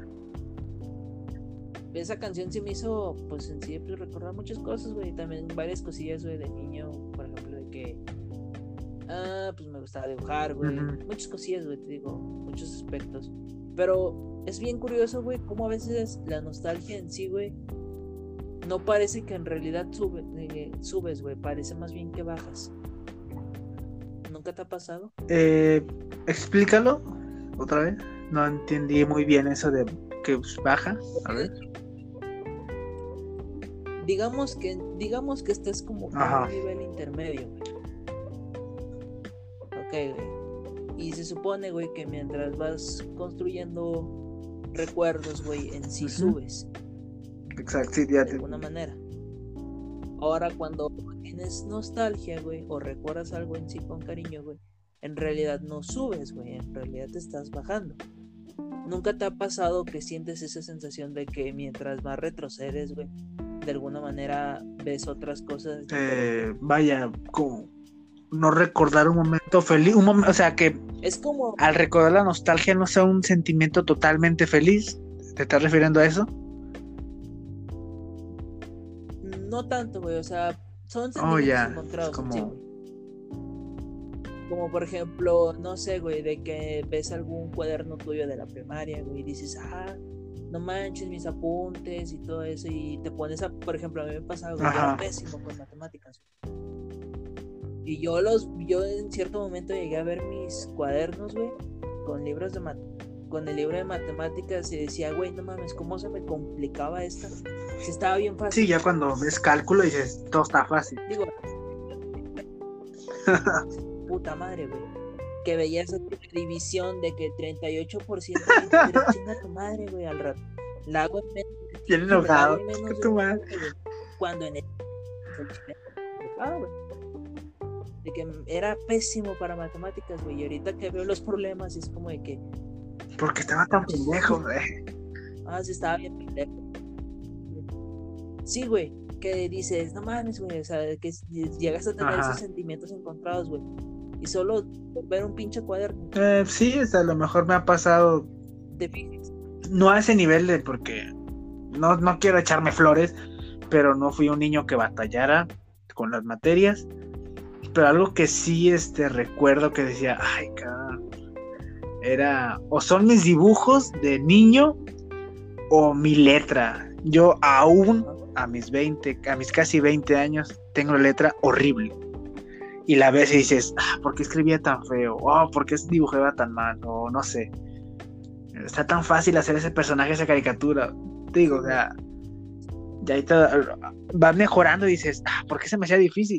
Esa canción sí me hizo, pues en sí, pues, recordar muchas cosas, güey. También varias cosillas, güey, de niño. Por ejemplo, de que... Ah, pues me gustaba dibujar, güey. Uh-huh. Muchas cosillas, güey, te digo. Muchos aspectos. Pero es bien curioso, güey, cómo a veces la nostalgia en sí, güey, no parece que en realidad sube, eh, subes, güey. Parece más bien que bajas. ¿Nunca te ha pasado? Eh, explícalo otra vez. No entendí muy bien eso de que baja. A ver. Digamos que, digamos que estés como en un nivel intermedio, güey. Ok, güey. Y se supone, güey, que mientras vas construyendo recuerdos, güey, en sí uh-huh. subes. Exacto, sí, ya de te... alguna manera. Ahora cuando tienes nostalgia, güey, o recuerdas algo en sí con cariño, güey, en realidad no subes, güey, en realidad te estás bajando. ¿Nunca te ha pasado que sientes esa sensación de que mientras más retrocedes, güey, de alguna manera ves otras cosas? Eh, vaya, como no recordar un momento feliz, un mom- o sea, que Es como, al recordar la nostalgia no sea un sentimiento totalmente feliz. ¿Te estás refiriendo a eso? no tanto, güey, o sea, son Oh, sentimientos ya, es encontrados en sí, como... güey. Como por ejemplo, no sé, güey, de que ves algún cuaderno tuyo de la primaria, güey, y dices, ah, no manches mis apuntes y todo eso, y te pones a, por ejemplo, a mí me pasaba, güey, yo era Ajá. pésimo con matemáticas. Y yo los, yo en cierto momento llegué a ver mis cuadernos, güey, con libros de mat con el libro de matemáticas y decía, güey, no mames, ¿cómo se me complicaba esta? Si estaba bien fácil. Sí, ya cuando ves cálculo dices, todo está fácil. Digo, puta madre, güey. Que veías esa división de que treinta y ocho por ciento de chinga tu madre, güey, al rato. La hago en menos. Bien enojado. En menos Que de tu un madre. minuto, güey. Cuando en el. Ah, güey. De que era pésimo para matemáticas, güey. Y ahorita que veo los problemas, es como de que. Porque estaba tan pendejo, güey. Ah, sí, estaba bien pendejo. Sí, güey. Que dices, no mames, güey. O sea, que llegas a tener Ajá. esos sentimientos encontrados, güey. Y solo por ver un pinche cuaderno. Eh, sí, o sea, a lo mejor me ha pasado, Te fijas. no a ese nivel de, porque no, no quiero echarme flores, pero no fui un niño que batallara con las materias. Pero algo que sí este, recuerdo que decía, ay, cabrón, era, o son mis dibujos de niño o mi letra. Yo aún a mis veinte, a mis casi veinte años, tengo la letra horrible. Y la ves y dices, ah, ¿por qué escribía tan feo? Oh, ¿por qué dibujaba tan mal? O no sé. Está tan fácil hacer ese personaje, esa caricatura. Te digo, o sea, ya ahí te, vas mejorando y dices, ah, ¿por qué se me hacía difícil?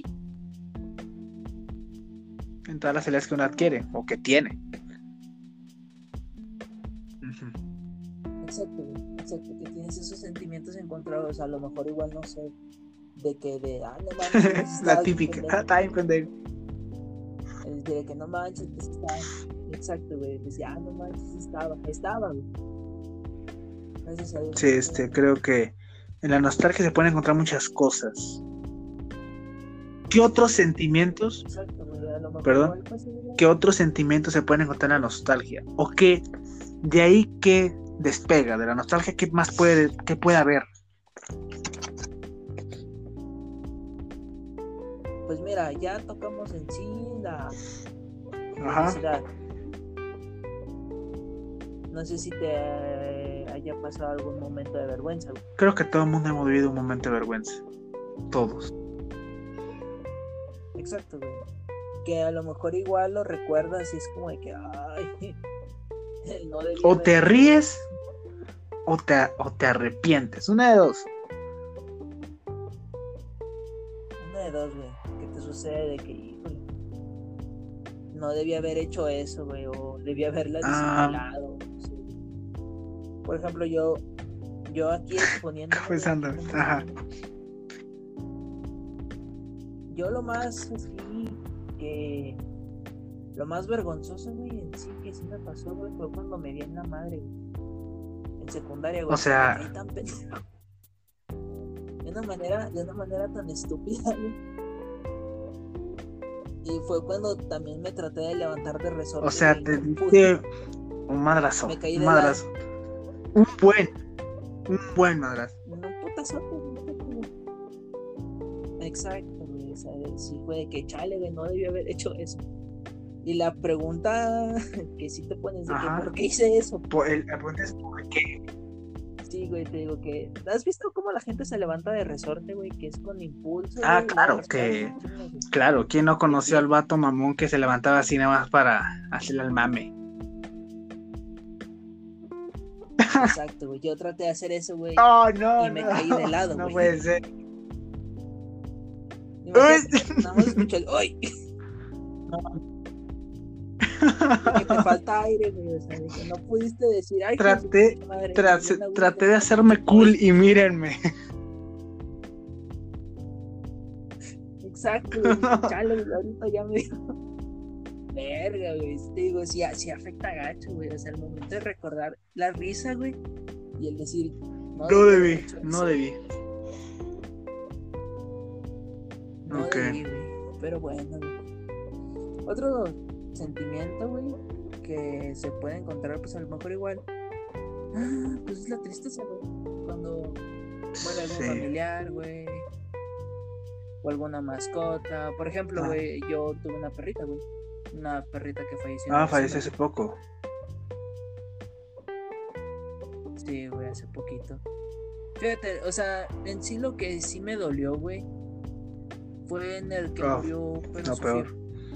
En todas las habilidades que uno adquiere o que tiene. Uh-huh. Exacto, güey. Exacto, que tienes esos sentimientos encontrados. A lo mejor igual no sé. De que de, ah, no manches. La típica, ah, está bien pendejo. De que no manches, pues estaba. Exacto, güey. Pues ya, no manches, estaba. Estaba, güey. Gracias a Dios. Sí, este, creo que en la nostalgia se pueden encontrar muchas cosas. ¿Qué otros sentimientos? Exacto, güey. A lo mejor Perdón. igual, pues, ¿Qué otros sentimientos se pueden encontrar en la nostalgia? ¿O qué de ahí que despega de la nostalgia? ¿Qué más puede, qué puede haber? Pues mira, ya tocamos en sí la Ajá. felicidad. No sé si te haya pasado algún momento de vergüenza, güey. Creo que todo el mundo hemos vivido un momento de vergüenza. Todos. Exacto, güey. Que a lo mejor igual lo recuerdas y es como de que, ay, no debía O haber- te ríes o te, o te arrepientes. Una de dos. Una de dos, güey. Que te sucede de que, híjole, no debía haber hecho eso, güey. O debía haberla Ah. disimulado. No sé. Por ejemplo, yo, yo aquí exponiendo. Pensando. Ajá. Yo lo más así que lo más vergonzoso, güey, en sí que sí me pasó, güey, fue cuando me vi en la madre, güey, en secundaria, güey. O sea- me caí tan pendejo. De una manera, de una manera tan estúpida, güey. Y fue cuando también me traté de levantar de resorte. O sea, güey, te no pude. diste un madrazo. Me caí Un de madrazo. Un buen. Un buen madrazo. Un putazo, güey. Exacto, güey. O sea, sí fue de que chale, güey, no debí haber hecho eso. Y la pregunta que sí te pones de que Ajá. ¿por qué hice eso? Por el, el punto es ¿por qué? Sí, güey, te digo que ¿has visto cómo la gente se levanta de resorte, güey? Que es con impulso. Ah, güey, claro, las que- cosas, chingas, güey. Claro, ¿quién no conoció al vato mamón que se levantaba así nada más para hacerle al mame? Exacto, güey. Yo traté de hacer eso, güey. Oh, no, Y me no. caí de lado, No güey. puede ser. Imagínate, nada más escuché el ¡ay! No, que te falta aire, güey. O sea, de que no pudiste decir ¡ay! Traté, madre, tra- bien a gusto. traté de hacerme cool y mírenme. Exacto, güey. Chale, güey, ahorita ya me dijo. Verga, güey. Te digo, sí, sí afecta gacho, güey. O sea, el momento de recordar la risa, güey. Y el decir, no, no debí, no debí. No okay. debí, güey. Pero bueno, güey. Otro sentimiento, güey, que se puede encontrar, pues a lo mejor igual. Ah, pues es la tristeza, güey. Cuando muere algún sí. familiar, güey. O alguna mascota. Por ejemplo, güey, ah. yo tuve una perrita, güey. Una perrita que falleció. Ah, falleció hace poco. Sí, güey, hace poquito. Fíjate, o sea, en sí lo que sí me dolió, güey, fue en el que oh, murió Pedro no, peor.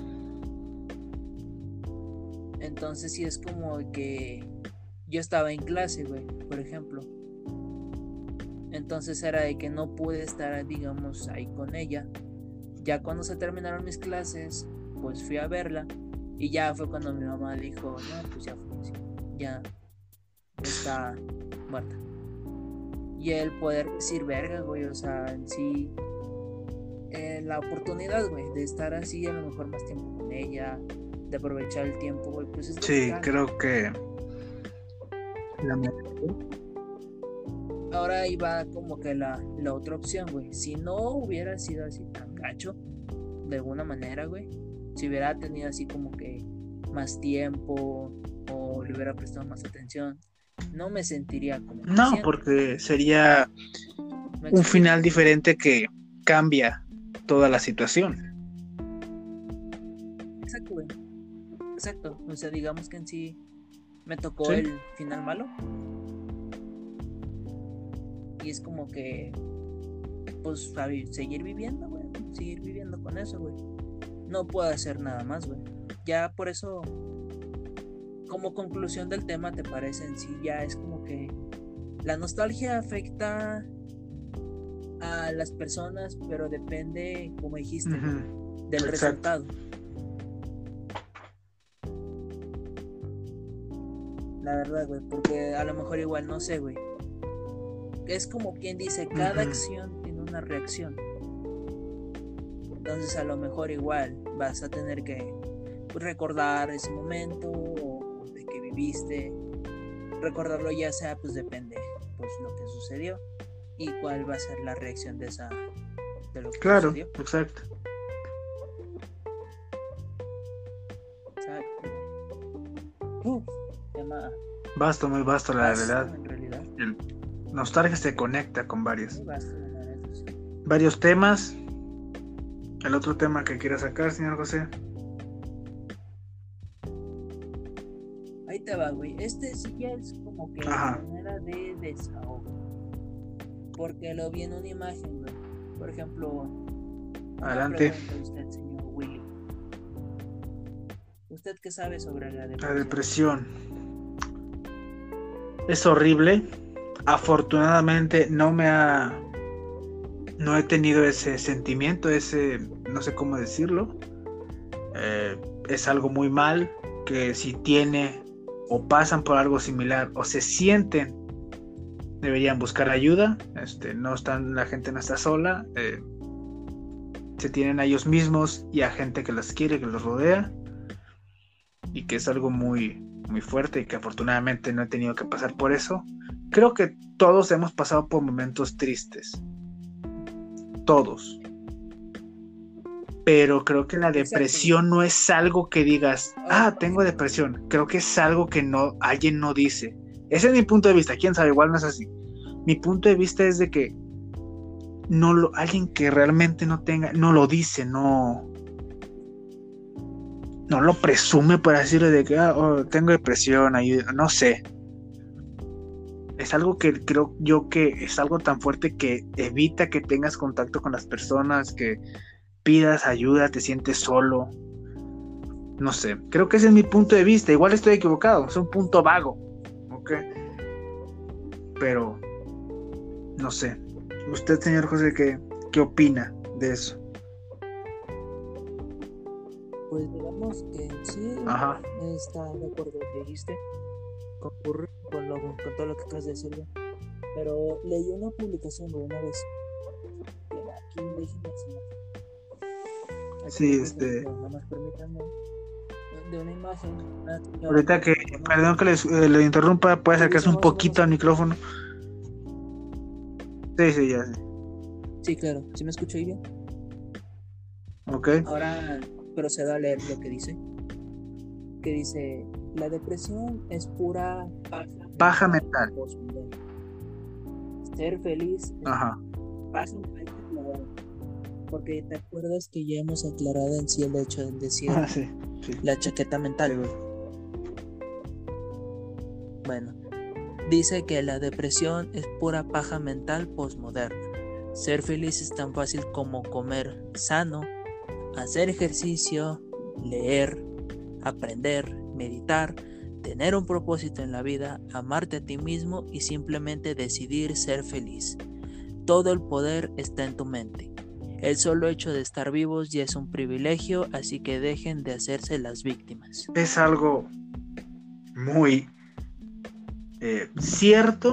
Entonces sí es como que yo estaba en clase, güey, por ejemplo. Entonces era de que no pude estar, digamos, ahí con ella. Ya cuando se terminaron mis clases, pues fui a verla. Y ya fue cuando mi mamá dijo, no, pues ya fue, ya está muerta. Y el poder decir, verga, güey, o sea, en sí, eh, la oportunidad, güey, de estar así a lo mejor más tiempo con ella, de aprovechar el tiempo, güey, pues es sí, creo que ahora iba como que la, la otra opción, güey. Si no hubiera sido así tan gacho, de alguna manera, güey, si hubiera tenido así como que más tiempo o le hubiera prestado más atención, no me sentiría como no, siento. Porque sería un final diferente que cambia toda la situación. Exacto, güey. Exacto. O sea, digamos que en sí me tocó ¿sí? el final malo. Y es como que pues a seguir viviendo, güey. Seguir viviendo con eso, güey. No puedo hacer nada más, güey. Ya por eso, como conclusión del tema, ¿te parece? En sí ya es como que la nostalgia afecta a las personas, pero depende, como dijiste, uh-huh. del Exacto. resultado. La verdad, güey, porque a lo mejor igual, no sé, güey. Es como quien dice, cada uh-huh. acción tiene una reacción. Entonces a lo mejor igual vas a tener que pues, recordar ese momento o de que viviste. Recordarlo ya sea, pues depende pues lo que sucedió y cuál va a ser la reacción de esa de lo que claro, sucedió. Exacto. Exacto. Uh, tema vasto, muy vasto la vasto, realidad. En realidad. El nostalgia se conecta con varios. Muy vasto, la verdad, sí. Varios temas. El otro tema que quiera sacar, señor José. Ahí te va, güey. Este sí ya es como que Ajá. una manera de desahogo. Porque lo vi en una imagen, güey. Por ejemplo, adelante. Usted, señor Willy. ¿Usted qué sabe sobre la depresión? La depresión. Es horrible. Afortunadamente no me ha... No he tenido ese sentimiento, ese... No sé cómo decirlo. Eh, es algo muy mal. Que si tiene... o pasan por algo similar o se sienten, deberían buscar ayuda. Este, no están, la gente no está sola, eh, se tienen a ellos mismos y a gente que las quiere, que los rodea, y que es algo muy, muy fuerte y que afortunadamente no he tenido que pasar por eso. Creo que todos hemos pasado por momentos tristes, todos. Pero creo que la depresión Exacto. no es algo que digas, ah, tengo depresión. Creo que es algo que no, alguien no dice. Ese es mi punto de vista, quién sabe, igual no es así. Mi punto de vista es de que no lo, alguien que realmente no tenga, no lo dice, no, no lo presume, por decirlo de que ah, oh, tengo depresión, ayuda, no sé. Es algo que creo yo que es algo tan fuerte que evita que tengas contacto con las personas, que pidas ayuda, te sientes solo. No sé, creo que ese es mi punto de vista. Igual estoy equivocado, es un punto vago, ¿ok? Pero no sé. Usted, señor José, ¿qué, qué opina de eso? Pues digamos que sí, Ajá. está de acuerdo con lo que dijiste, concurre con, lo, con todo lo que acabas de decir, pero leí una publicación de una vez, aquí déjenme enseñar. Sí, un este. ejemplo, nada más permítanme, de una imagen. Una señora Ahorita que, con un- perdón que les, eh, le interrumpa, puede que acercarse dice un más o poquito al menos. micrófono. Sí, sí, ya sé. Sí, claro, ¿sí me escucho ahí bien? Ok. Ahora procedo a leer lo que dice. Que dice, la depresión es pura paja Paja mental mental. postmoderna. Ser feliz es Ajá. paja mental aclarada. Porque te acuerdas que ya hemos aclarado en sí el hecho de decir Ah, sí, sí. la chaqueta Sí, mental. güey. Bueno, dice que la depresión es pura paja mental postmoderna. Ser feliz es tan fácil como comer sano, hacer ejercicio, leer, aprender, meditar, tener un propósito en la vida, amarte a ti mismo y simplemente decidir ser feliz. Todo el poder está en tu mente. El solo hecho de estar vivos ya es un privilegio, así que dejen de hacerse las víctimas. Es algo muy eh, cierto.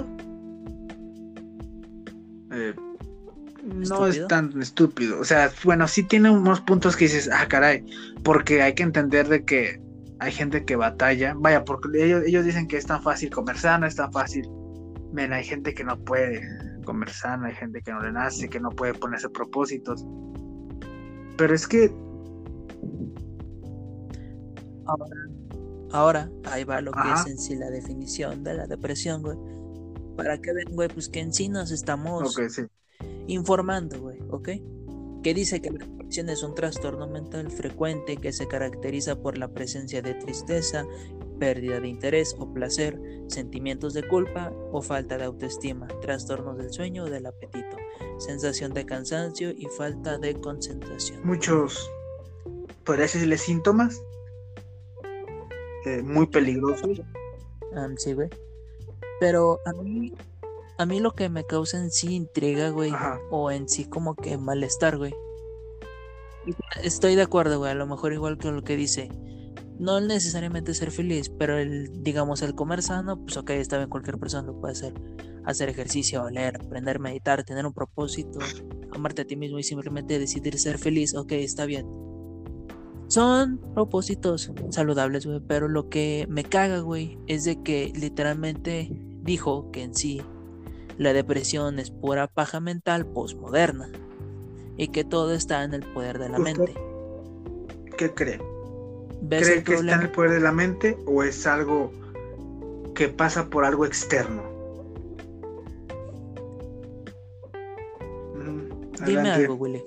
Eh, no es ¿Estúpido? tan estúpido. O sea, bueno, sí tiene unos puntos que dices, ah, caray, porque hay que entender de que hay gente que batalla. Vaya, porque ellos, ellos dicen que es tan fácil comer sano, es tan fácil. Men, hay gente que no puede comer sano, hay gente que no le nace, que no puede ponerse propósitos. Pero es que, Ahora, ahora ahí va lo que ajá, es en sí la definición de la depresión, güey. ¿Para qué ven, güey? Pues que en sí nos estamos ok, sí. informando, güey, ¿ok? Que dice que la depresión es un trastorno mental frecuente que se caracteriza por la presencia de tristeza, pérdida de interés o placer, sentimientos de culpa o falta de autoestima, trastornos del sueño o del apetito, sensación de cansancio y falta de concentración. Muchos, podría decirle síntomas eh, muy peligrosos. Um, sí, güey. Pero a mí, a mí lo que me causa en sí intriga, güey, Ajá. o en sí como que malestar, güey. Estoy de acuerdo, güey, a lo mejor igual que lo que dice. No necesariamente ser feliz, pero el, digamos, el comer sano, pues ok, está bien, cualquier persona lo puede hacer. Hacer ejercicio, leer, aprender, meditar, tener un propósito, amarte a ti mismo y simplemente decidir ser feliz, ok, está bien. Son propósitos saludables, güey, pero lo que me caga, güey, es de que literalmente dijo que en sí la depresión es pura paja mental postmoderna y que todo está en el poder de la ¿Usted mente. qué cree? ¿Ves ¿Cree el que está en problema? el poder de la mente o es algo que pasa por algo externo? Mm, Dime adelante. algo, Willy.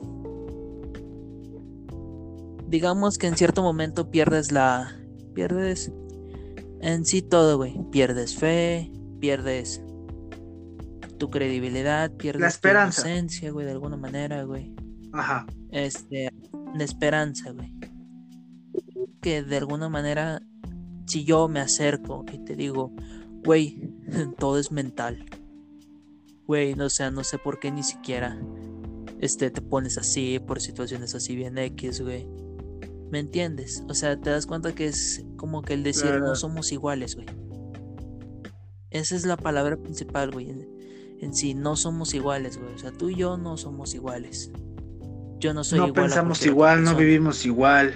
Digamos que en cierto momento pierdes la... Pierdes en sí todo, güey. Pierdes fe, pierdes tu credibilidad, La pierdes tu esperanza. inocencia, güey, de alguna manera, güey. Ajá. Este, la esperanza, güey. Que de alguna manera, si yo me acerco y te digo, güey, todo es mental. Güey, no, o sea, no sé por qué ni siquiera este, te pones así por situaciones así bien X, güey. ¿Me entiendes? O sea, te das cuenta que es como que el decir Claro. no somos iguales, güey. Esa es la palabra principal, güey. En, en sí, no somos iguales, güey. O sea, tú y yo no somos iguales. Yo no soy No igual a pensamos cualquier otra igual, no persona. vivimos igual.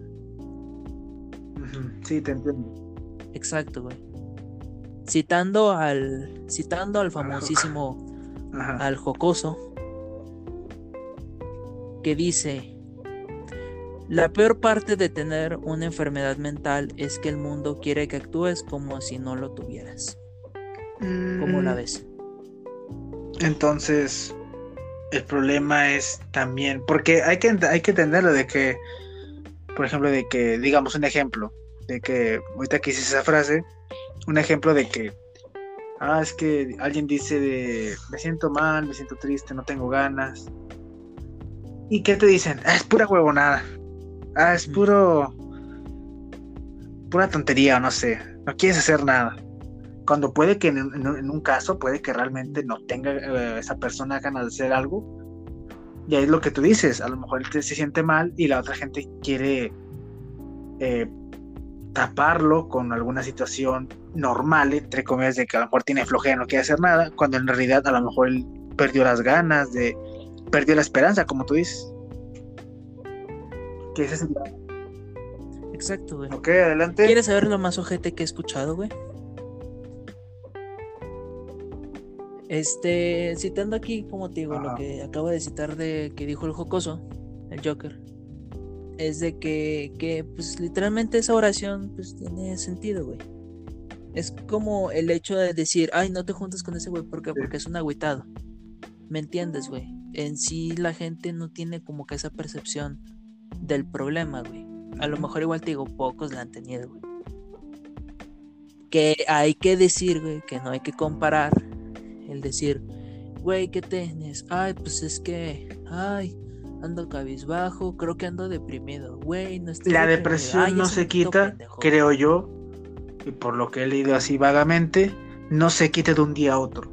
Ujú, sí, te entiendo. Exacto, güey. Citando al citando al famosísimo Ajá. al jocoso que dice: la peor parte de tener una enfermedad mental es que el mundo quiere que actúes como si no lo tuvieras. ¿Cómo la Mm, ves? entonces, el problema es también, porque hay que, ent- hay que entenderlo de que, por ejemplo, de que, digamos un ejemplo, de que, ahorita que hice esa frase, un ejemplo de que, ah, es que alguien dice de, me siento mal, me siento triste, no tengo ganas. ¿Y qué te dicen? Ah, es pura huevonada. Ah, es Ujú. puro, pura tontería, o no sé, no quieres hacer nada. Cuando puede que en, en- en un caso, puede que realmente no tenga eh, esa persona ganas de hacer algo. Y ahí es lo que tú dices, a lo mejor él te- se siente mal y la otra gente quiere eh, taparlo con alguna situación normal, entre comillas, de que a lo mejor tiene flojera, no quiere hacer nada, cuando en realidad a lo mejor él perdió las ganas, de, perdió la esperanza, como tú dices. Que ese es el... Exacto, güey. Ok, adelante. ¿Quieres saber lo más ojete que he escuchado, güey? Este, citando aquí, como te digo, Ajá. lo que acabo de citar de que dijo el jocoso, el Joker, es de que, que pues literalmente esa oración pues tiene sentido, güey. Es como el hecho de decir, ay, no te juntes con ese güey, ¿por qué? Sí. Porque es un agüitado. ¿Me entiendes, güey? En sí la gente no tiene como que esa percepción del problema, güey. A lo mejor igual te digo, pocos la han tenido, güey. Que hay que decir, güey, que no hay que comparar el decir, güey, ¿qué tienes? Ay, pues es que, ay, ando cabizbajo, creo que ando deprimido, güey, no estoy La deprimido. depresión Ay, no es un se puto quita, pendejo. creo yo, y por lo que he leído así vagamente, no se quita de un día a otro.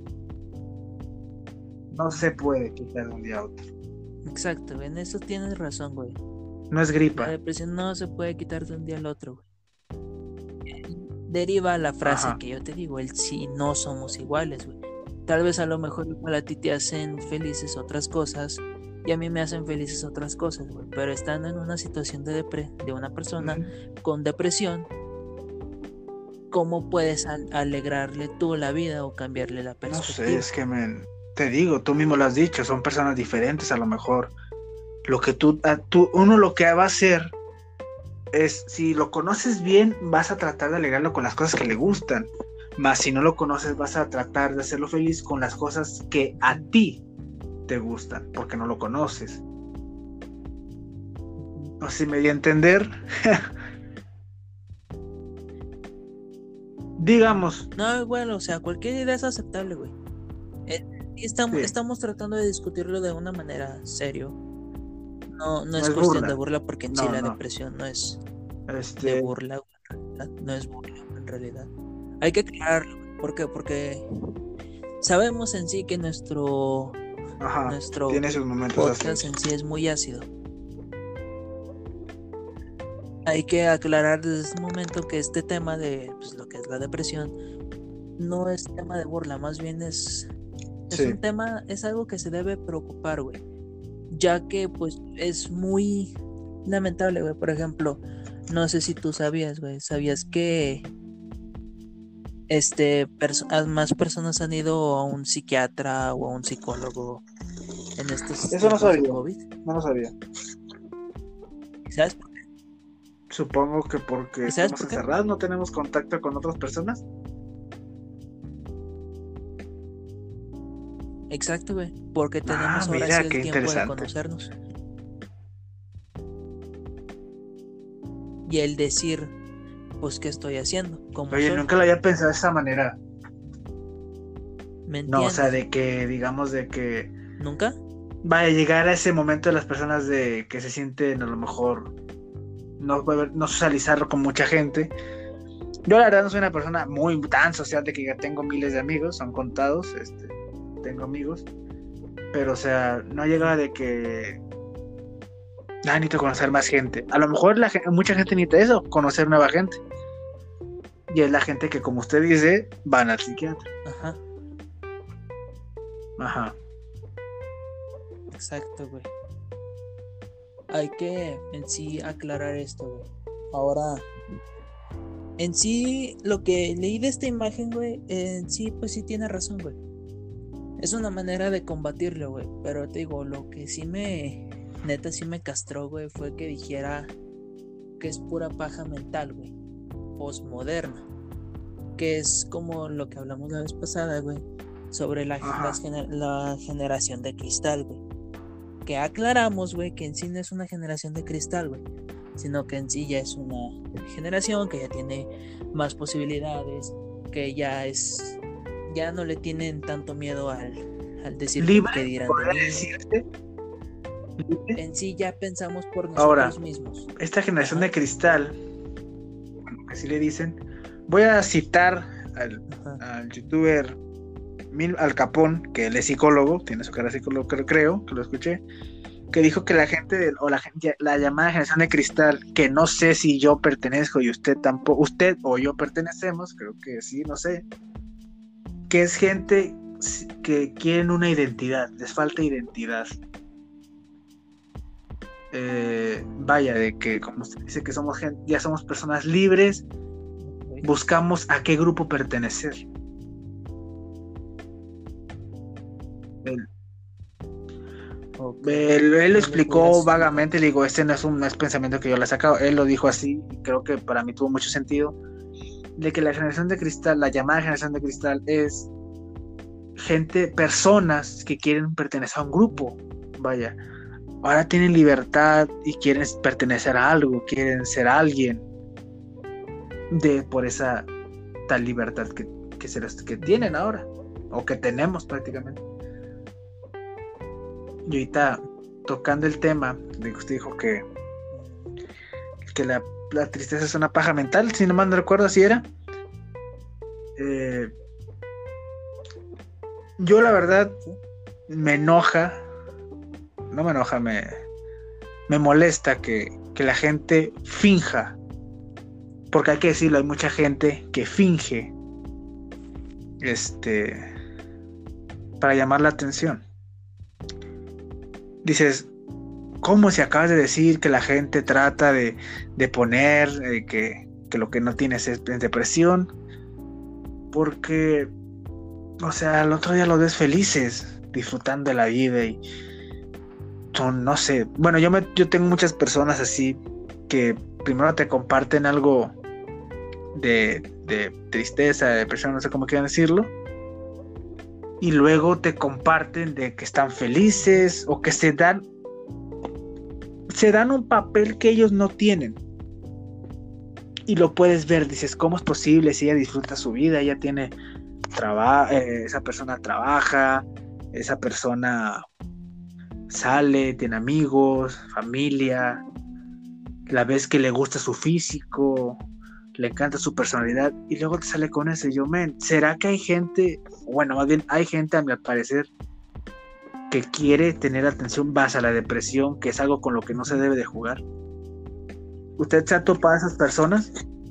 No se puede quitar de un día a otro. Exacto, güey, en eso tienes razón, güey. No es La gripa. depresión no se puede quitar de un día al otro, güey. Deriva la frase Ajá. que yo te digo, el si no somos iguales, güey. Tal vez a lo mejor igual a ti te hacen felices otras cosas y a mí me hacen felices otras cosas, güey. Pero estando en una situación de, depre- de una persona Ujú. con depresión, ¿cómo puedes al- alegrarle tú la vida o cambiarle la No perspectiva? sé, es que men, te digo, tú mismo lo has dicho, son personas diferentes a lo mejor. Lo que tú, a- tú, uno lo que va a hacer es, si lo conoces bien, vas a tratar de alegrarlo con las cosas que le gustan. Más si no lo conoces, vas a tratar de hacerlo feliz con las cosas que a ti te gustan, porque no lo conoces. No sé si me di a entender. Digamos. No, bueno, o sea, cualquier idea es aceptable, güey. Eh, y estamos, Sí. estamos tratando de discutirlo de una manera serio. No, no, No es es cuestión burla. de burla porque en No, sí la no. depresión no es de Este, burla, güey, en realidad. No es burla, en realidad. Hay que aclararlo, güey. ¿Por qué? Porque sabemos en sí que nuestro, ajá, nuestro tiene sus momentos podcast así. en sí es muy ácido. Hay que aclarar desde este momento que este tema de pues, lo que es la depresión no es tema de burla, más bien es, es Sí. un tema, es algo que se debe preocupar, güey. Ya que pues es muy lamentable, güey. Por ejemplo, no sé si tú sabías, güey, sabías que este perso- más personas han ido a un psiquiatra o a un psicólogo en estos Eso no tiempos de sabía. COVID. No lo sabía. ¿Sabes por qué? Supongo que porque ¿Y sabes estamos por qué? encerrados, no tenemos contacto con otras personas. Exacto, güey. Porque Ah, tenemos ahora mira, sí qué el tiempo de interesante. conocernos. Y el decir, pues, ¿qué estoy haciendo? ¿Cómo Oye, soy? nunca lo había pensado de esa manera. ¿Me No, o sea, entiendes? de que, digamos, de que ¿Nunca? vaya a llegar a ese momento de las personas de que se sienten a lo mejor no, no socializar con mucha gente. Yo la verdad no soy una persona muy tan social de que ya tengo miles de amigos, son contados, este, tengo amigos, pero o sea, no llegaba de que ah, necesito conocer más gente. A lo mejor la, mucha gente necesita eso, conocer nueva gente. Y es la gente que, como usted dice, van al psiquiatra. Ajá. Ajá. Exacto, güey. Hay que en sí aclarar esto, güey. Ahora, en sí, lo que leí de esta imagen, güey, en sí, pues sí tiene razón, güey. Es una manera de combatirlo, güey. Pero te digo, lo que sí me, neta, sí me castró, güey, fue que dijera que es pura paja mental, güey. Postmoderna. Que es como lo que hablamos la vez pasada, güey. Sobre la, las gener- la generación de cristal, güey. Que aclaramos, güey, que en sí no es una generación de cristal, güey, sino que en sí ya es una generación que ya tiene más posibilidades, que ya es, ya no le tienen tanto miedo al, al decir libre, que dirán de mí. Decirte? En sí ya pensamos por nosotros ahora, mismos. Esta generación Ajá. de cristal, bueno, que así le dicen, voy a citar al, al youtuber Al Capón, que él es psicólogo, tiene su cara de psicólogo, creo, que lo escuché, que dijo que la gente, de, o la, la llamada generación de cristal, que no sé si yo pertenezco y usted tampoco, usted o yo pertenecemos, creo que sí, no sé, que es gente que quieren una identidad, les falta identidad. eh, vaya, de que como usted dice que somos gente, ya somos personas libres, buscamos a qué grupo pertenecer. Él, Okay. él, él lo ¿Me explicó podrás vagamente, le digo, este no es un no es pensamiento que yo le he sacado, él lo dijo así, y creo que para mí tuvo mucho sentido, de que la generación de cristal, la llamada generación de cristal, es gente, personas que quieren pertenecer a un grupo, vaya, ahora tienen libertad y quieren pertenecer a algo, quieren ser alguien, de por esa tal libertad que, que, se les, que tienen ahora, o que tenemos prácticamente. Y ahorita, tocando el tema de que usted dijo que, que la, la tristeza es una paja mental, si no mal no recuerdo así era. Eh, yo la verdad me enoja, no me enoja, me, me molesta que, que la gente finja, porque hay que decirlo, hay mucha gente que finge este para llamar la atención. Dices, ¿cómo si acabas de decir que la gente trata de, de poner eh, que, que lo que no tienes es depresión? Porque, o sea, el otro día los ves felices, disfrutando de la vida y son, no sé, bueno, yo, me, yo tengo muchas personas así que primero te comparten algo de, de tristeza, de depresión, no sé cómo quieran decirlo, y luego te comparten de que están felices o que se dan se dan un papel que ellos no tienen y lo puedes ver, dices, ¿cómo es posible si ella disfruta su vida, ella tiene trabajo, eh, esa persona trabaja, esa persona sale, tiene amigos, familia, la ves que le gusta su físico, le encanta su personalidad y luego te sale con ese? Yo, men, ¿será que hay gente, bueno, más bien hay gente a mi parecer que quiere tener atención base a la depresión, que es algo con lo que no se debe de jugar? ¿Usted se ha topado a esas personas?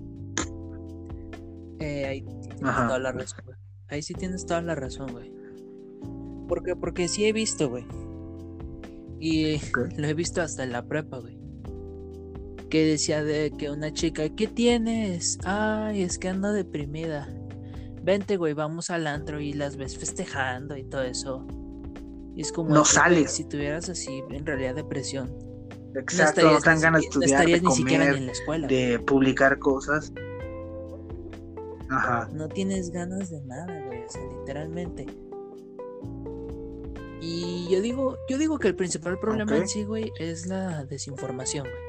Eh, ahí tienes Ajá. toda la razón, güey. Ahí sí tienes toda la razón, güey. ¿Por qué? Porque sí he visto, güey. Y Okay. lo he visto hasta en la prepa, güey. Que decía de que una chica, ¿qué tienes? Ay, es que ando deprimida. Vente, güey, vamos al antro, y las ves festejando y todo eso. Y es como No de que, güey, sales. si tuvieras así en realidad depresión, Exacto, no no estarías, te dan ni, ganas de siquiera, no estudiar, estarías de ni siquiera ni comer, en la escuela, de güey. publicar cosas. Ajá. No tienes ganas de nada, güey, o sea, literalmente. Y yo digo, yo digo que el principal problema Okay. en sí, güey, es la desinformación, güey.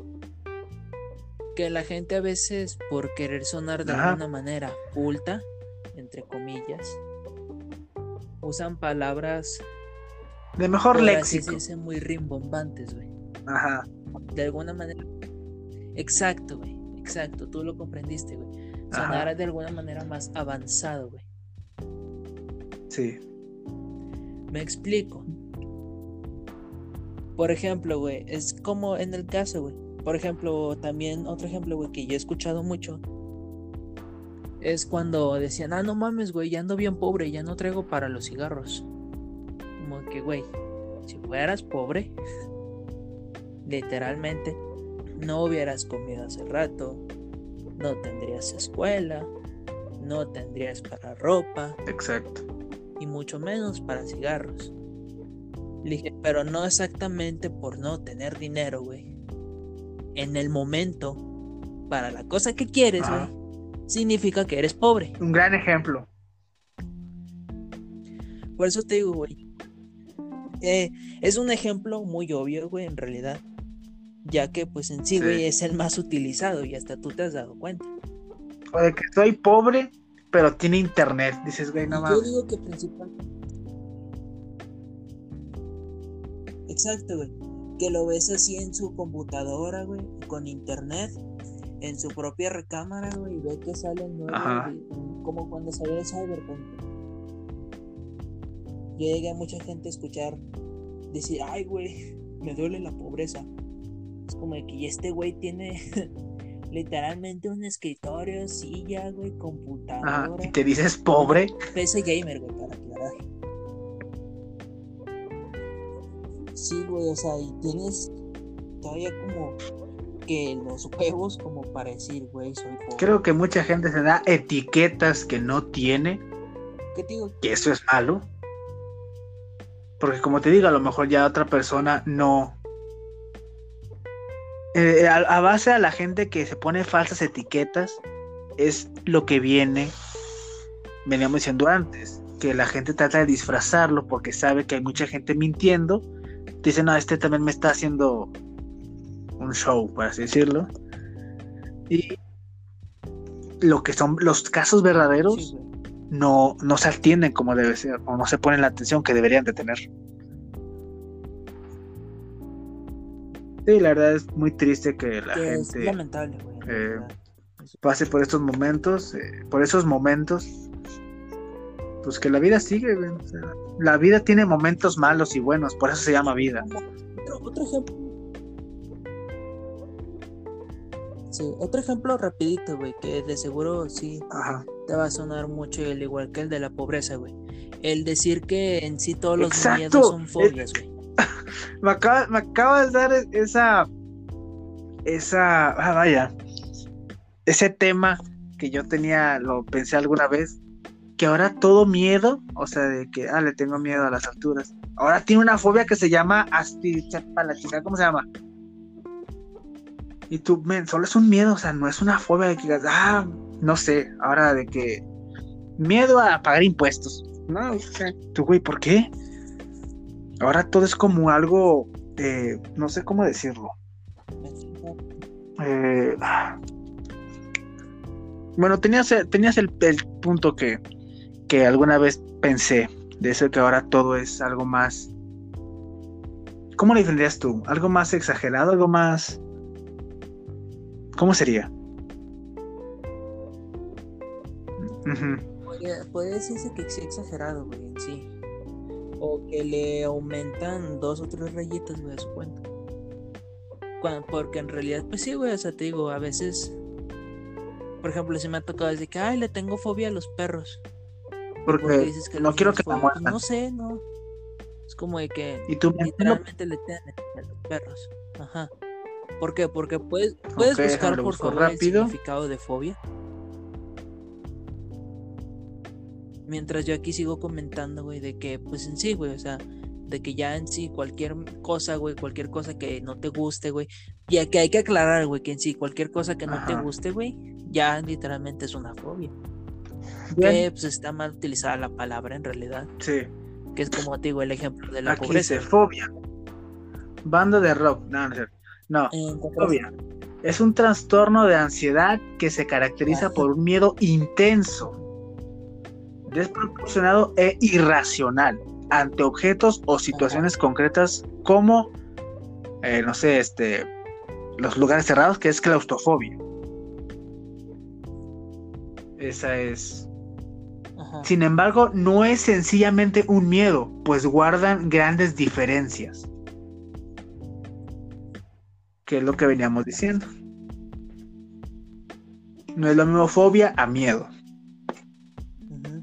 Que la gente a veces, por querer sonar de Ajá. alguna manera culta, entre comillas, usan palabras De mejor por así léxico. decirse muy rimbombantes, güey. Ajá. De alguna manera. Exacto, güey. Exacto, tú lo comprendiste, güey. Sonar Ajá. de alguna manera más avanzado, güey. Sí. Me explico. Por ejemplo, güey, es como en el caso, güey. Por ejemplo, también otro ejemplo, güey, que yo he escuchado mucho, es cuando decían, ah, no mames, güey, ya ando bien pobre, ya no traigo para los cigarros. Como que, güey, si fueras pobre, literalmente, no hubieras comido hace rato, no tendrías escuela, no tendrías para ropa. Exacto. Y mucho menos para cigarros. Le dije, pero no exactamente por no tener dinero, güey. En el momento, para la cosa que quieres, güey, significa que eres pobre. Un gran ejemplo. Por eso te digo, güey, eh, es un ejemplo muy obvio, güey, en realidad, ya que pues en sí, Sí. güey, es el más utilizado y hasta tú te has dado cuenta. O de que soy pobre, pero tiene internet. Dices, güey, no Y mames. yo digo que principalmente... Exacto, güey. Que lo ves así en su computadora, güey, con internet, en su propia recámara, güey, y ve que sale el nuevo, Ajá. como cuando salió el Cyberpunk. Yo llegué a mucha gente a escuchar decir, ay, güey, me duele la pobreza. Es como de que y este güey tiene literalmente un escritorio, silla, güey, computadora. Ajá. Y te dices pobre. P C gamer, güey, para aclarar. Sí, güey, o sea, y tienes todavía como que los huevos como para decir, güey, soy pobre. Creo que mucha gente se da etiquetas que no tiene. ¿Qué te digo? Que eso es malo. Porque como te digo, a lo mejor ya otra persona no... Eh, a, a base a la gente que se pone falsas etiquetas, es lo que viene, veníamos diciendo antes, que la gente trata de disfrazarlo porque sabe que hay mucha gente mintiendo. Dicen, no, este también me está haciendo un show, por así decirlo. Y lo que son los casos verdaderos, Sí, güey. no, no se atienden como debe ser, o no se ponen la atención que deberían de tener. Sí, la verdad es muy triste que la Que es gente lamentable, güey. en eh, realidad. pase por estos momentos, eh, por esos momentos, pues que la vida sigue, güey. O sea, la vida tiene momentos malos y buenos, por eso se llama vida. Otro, otro ejemplo. Sí, otro ejemplo rapidito, güey, que de seguro sí Ajá. te va a sonar mucho, al igual que el de la pobreza, güey. El decir que en sí todos los Exacto. miedos son fobias, güey. Me acaba, me acaba de dar esa, esa, ah, vaya, ese tema que yo tenía, lo pensé alguna vez, que ahora todo miedo, o sea, de que, ah, le tengo miedo a las alturas, ahora tiene una fobia que se llama aspiración, ¿cómo se llama? Y tú, men, solo es un miedo, o sea, no es una fobia de que digas, ah, no sé, ahora de que miedo a pagar impuestos, no, o sea, tú, güey, ¿por qué? Ahora todo es como algo, eh, no sé cómo decirlo. Eh, bueno, tenías, tenías el, el punto que, que alguna vez pensé, de eso que ahora todo es algo más... ¿Cómo le definirías tú? ¿Algo más exagerado? ¿Algo más...? ¿Cómo sería? Uh-huh. Podría, podría decirse que sí exagerado, güey, en sí. O que le aumentan dos o tres rayitas, güey, a su cuenta. Cuando, porque en realidad, pues sí, güey, o sea, te digo, a veces, por ejemplo, si me ha tocado decir que, ay, le tengo fobia a los perros. Porque, porque dices que no los quiero niños que fobia, me pues muerdan. no sé, no. Es como de que ¿Y tú literalmente le tienen a los perros. Ajá. ¿Por qué? Porque puedes, puedes okay, buscar, por busco favor, rápido. el significado de fobia. Mientras yo aquí sigo comentando, güey, de que, pues en sí, güey, o sea, de que ya en sí cualquier cosa, güey, cualquier cosa que no te guste, güey, ya que hay que aclarar, güey, que en sí cualquier cosa que no Ajá. te guste, güey, ya literalmente es una fobia. Bien. Que pues está mal utilizada la palabra en realidad. Sí. Que es como te digo el ejemplo de la Aquí pobreza. dice fobia. Banda de rock. No, no, no. Eh, Fobia. Es un trastorno de ansiedad que se caracteriza Ajá. por un miedo intenso, desproporcionado e irracional ante objetos o situaciones Ajá. concretas como, eh, no sé, este, los lugares cerrados, que es claustrofobia. Esa es. Ajá. Sin embargo, no es sencillamente un miedo, pues guardan grandes diferencias. Que es lo que veníamos diciendo. No es lo mismo fobia a miedo. Uh-huh.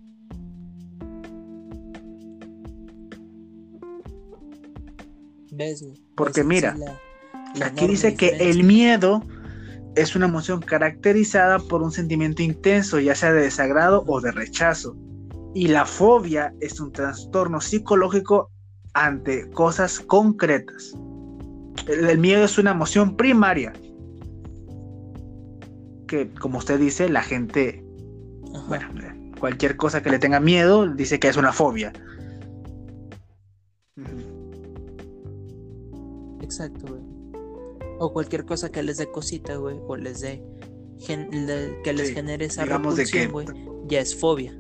¿Ves? Porque ¿Ves? mira, Sí, la, la aquí dice que el miedo es una emoción caracterizada por un sentimiento intenso, ya sea de desagrado uh-huh. o de rechazo. Y la fobia es un trastorno psicológico ante cosas concretas. El, el miedo es una emoción primaria. Que, como usted dice, la gente, Ajá. bueno, cualquier cosa que le tenga miedo, dice que es una fobia. Exacto, güey. O cualquier cosa que les dé cosita, güey, o les dé, gen, le, que les sí, genere esa repulsión, güey, que... ya es fobia.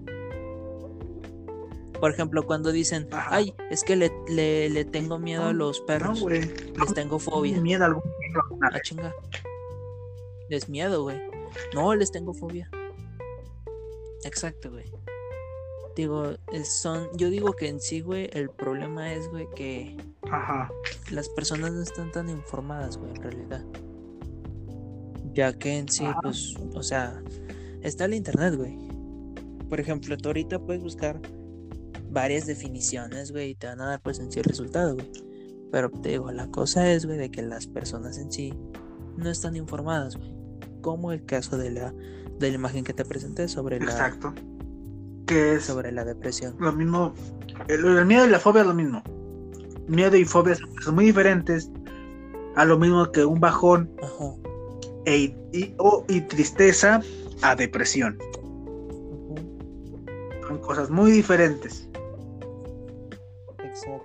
Por ejemplo, cuando dicen, Ajá. ay, es que le, le, le tengo miedo no, a los perros, no, les tengo fobia. No, miedo a algún Ah, chinga. Es miedo, güey. No, les tengo fobia. Exacto, güey. Digo, son, yo digo que en sí, güey, el problema es, güey, que Ajá. las personas no están tan informadas, güey, en realidad. Ya que en sí, Ajá. pues, o sea, está el internet, güey. Por ejemplo, tú ahorita puedes buscar varias definiciones, güey, y te van a dar, pues, en sí el resultado, güey. Pero te digo, la cosa es, güey, de que las personas en sí no están informadas, güey. Como el caso de la, de la imagen que te presenté sobre la, Exacto. Que es sobre la depresión. lo mismo. El, el miedo y la fobia es lo mismo. Miedo y fobia son muy diferentes a lo mismo que un bajón Ajá. e, y, o, y tristeza a depresión. Ujú. Son cosas muy diferentes. Exacto.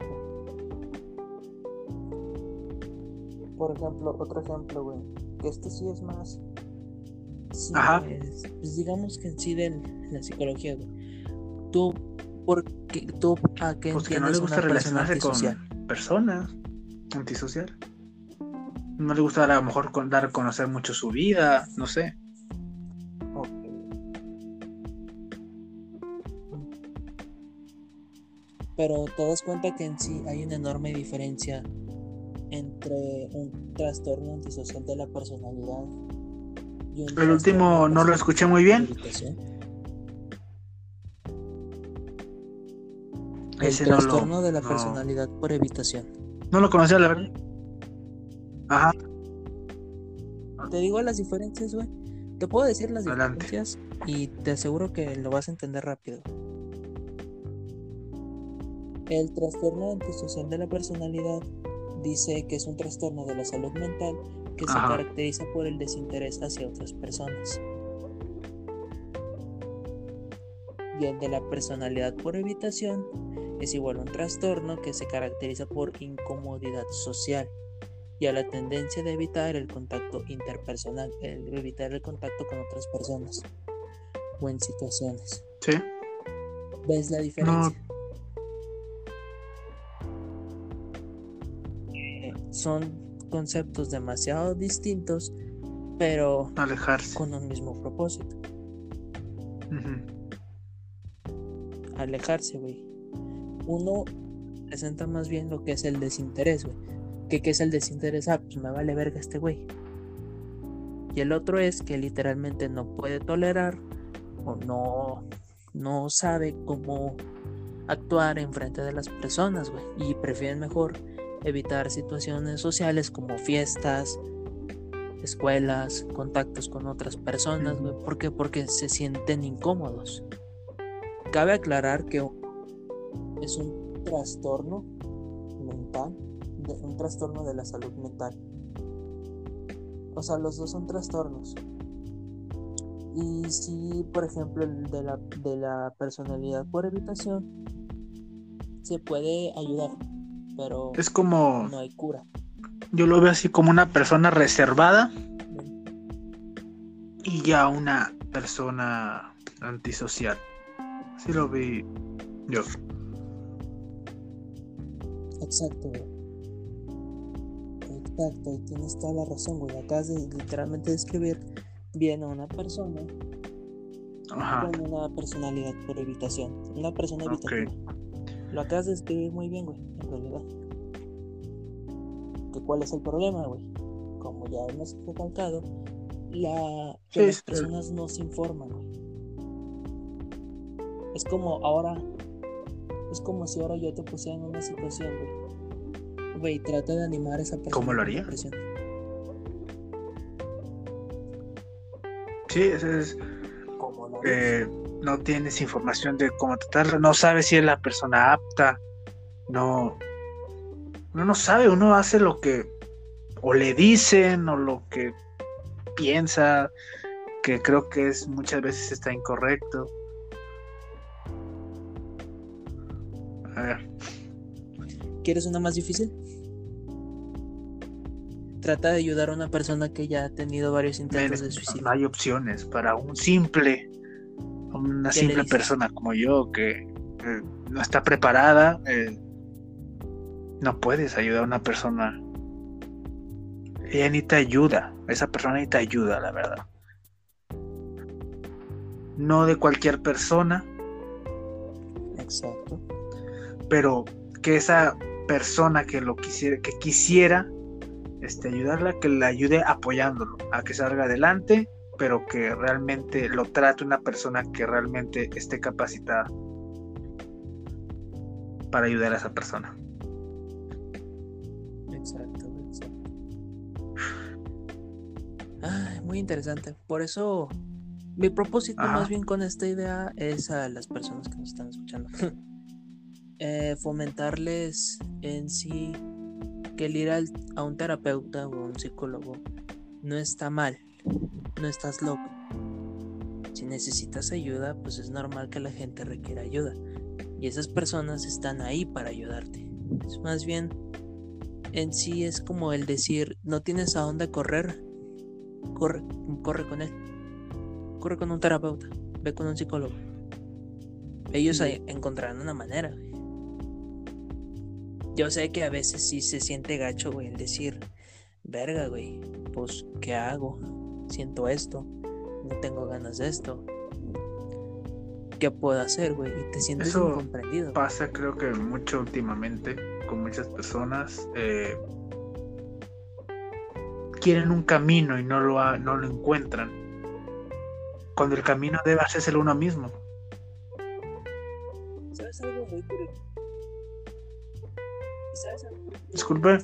Por ejemplo, otro ejemplo, güey, que este sí es más, sí, Ajá. es, pues digamos que en sí de la psicología, güey. Tú, ¿por qué, tú a qué Pues que no le entiendes gusta una persona relacionarse antisocial? con personas. Antisocial. No le gusta a lo mejor con, dar a conocer mucho su vida, no sé. Ok. Pero te das cuenta que en sí hay una enorme diferencia entre un trastorno antisocial de la personalidad y un El último no lo escuché muy bien. El Ese trastorno no lo, de la no, personalidad por evitación. no lo conocía, la verdad. Ajá. Te digo las diferencias, güey. Te puedo decir las Adelante. diferencias y te aseguro que lo vas a entender rápido. El trastorno antisocial de la personalidad dice que es un trastorno de la salud mental que Ajá. se caracteriza por el desinterés hacia otras personas. Y el de la personalidad por evitación es igual a un trastorno que se caracteriza por incomodidad social y a la tendencia de evitar el contacto interpersonal, el evitar el contacto con otras personas o en situaciones. Sí. ¿Ves la diferencia? No. Eh, son conceptos demasiado distintos, pero Alejarse. con un mismo propósito. Uh-huh. Alejarse, güey. Uno presenta más bien lo que es el desinterés, güey. ¿Qué, ¿Qué es el desinterés? Ah, pues me vale verga este güey. Y el otro es que literalmente no puede tolerar o no, no sabe cómo actuar en frente de las personas, güey. Y prefieren mejor evitar situaciones sociales como fiestas, escuelas, contactos con otras personas, güey. ¿Por qué? Porque se sienten incómodos. Cabe aclarar que es un trastorno mental, de, un trastorno de la salud mental. O sea, los dos son trastornos. Y si, por ejemplo, el de la, de la personalidad por evitación se puede ayudar, pero es como, no hay cura. Yo lo veo así como una persona reservada y ya una persona antisocial. Así lo vi yo. Exacto, güey. Exacto, y tienes toda la razón, güey. Acabas de literalmente describir bien a una persona. Ajá. Con una personalidad por evitación. Una persona evitativa. Okay. Lo acabas de describir muy bien, güey, en realidad. ¿Que ¿Cuál es el problema, güey? Como ya hemos recalcado, la, que sí, las personas sí. no se informan, güey. Es como ahora, es como si ahora yo te pusiera en una situación, güey. Güey, trata de animar a esa persona. ¿Cómo lo haría? Sí, eso es. ¿Cómo lo eh, no tienes información de cómo tratarlo, no sabes si es la persona apta, no, uno no sabe, uno hace lo que o le dicen o lo que piensa, que creo que es muchas veces está incorrecto. A ver. ¿Quieres una más difícil? Trata de ayudar a una persona que ya ha tenido varios intentos de suicidio. No hay opciones para un simple, una simple persona como yo que eh, no está preparada. Eh, no puedes ayudar a una persona. Ella necesita ayuda. Esa persona necesita ayuda, la verdad. No de cualquier persona. Exacto. Pero que esa persona que lo quisiera, que quisiera este, ayudarla, que la ayude apoyándolo a que salga adelante, pero que realmente lo trate una persona que realmente esté capacitada para ayudar a esa persona. muy interesante. Por eso, mi propósito Ajá. más bien con esta idea es a las personas que nos están escuchando. eh, fomentarles en sí que el ir al, a un terapeuta o a un psicólogo no está mal, no estás loco. Si necesitas ayuda, pues es normal que la gente requiera ayuda. Y esas personas están ahí para ayudarte. Es más bien, en sí es como el decir, no tienes a dónde correr, corre, corre con él. Corre con un terapeuta, ve con un psicólogo. Ellos Sí. encontrarán una manera. Yo sé que a veces sí se siente gacho, güey, el decir, verga, güey, pues, ¿qué hago? Siento esto, no tengo ganas de esto. ¿Qué puedo hacer, güey? Y te sientes Eso incomprendido. pasa, creo que mucho últimamente con muchas personas. Eh, quieren un camino y no lo, ha, no lo encuentran. Cuando el camino debe hacerse uno mismo. ¿Sabes algo muy curioso? ¿Sabes algo? Disculpe.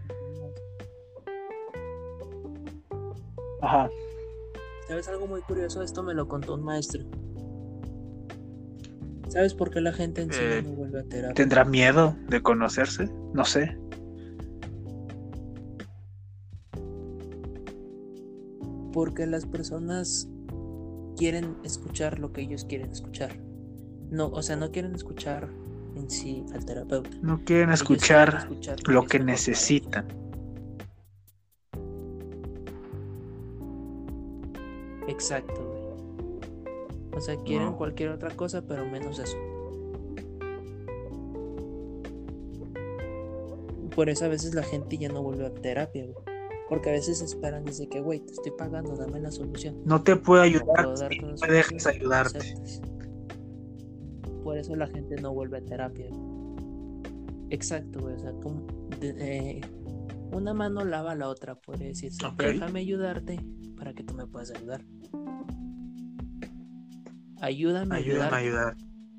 Ajá. ¿Sabes algo muy curioso? Esto me lo contó un maestro. ¿Sabes por qué la gente en sí Eh, no vuelve a terapia? ¿Tendrá miedo de conocerse? No sé. Porque las personas quieren escuchar lo que ellos quieren escuchar. No, o sea, no quieren escuchar en sí al terapeuta. No quieren Ellos escuchar, quieren escuchar lo es que mejor para necesitan. ellos. Exacto, güey. O sea, quieren No. cualquier otra cosa, pero menos eso. Por eso a veces la gente ya no vuelve a terapia, güey. Porque a veces esperan desde que, güey, te estoy pagando, dame la solución. No te puedo No ayudar puedo darte si una no me solución, dejas ayudarte. aceptas. Por eso la gente no vuelve a terapia. Exacto, güey. O sea, como de, eh, una mano lava la otra, podría decirse. Ok. Déjame ayudarte para que tú me puedas ayudar. Ayúdame a Ayúdame a ayudarte. ayudar.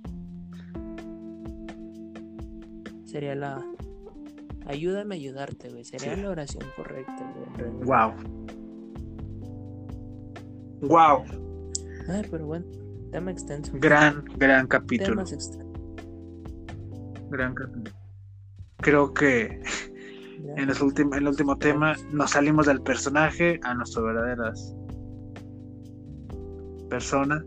Sería la... Ayúdame a ayudarte, güey. Sería Sí. la oración correcta, güey. en realidad. Wow. Wow. Ay, pero bueno, tema extenso. Gran, gran capítulo. Temas extensos. Gran capítulo. Creo que Ya. en, los ultim- en el último tema nos salimos del personaje a nuestras verdaderas personas.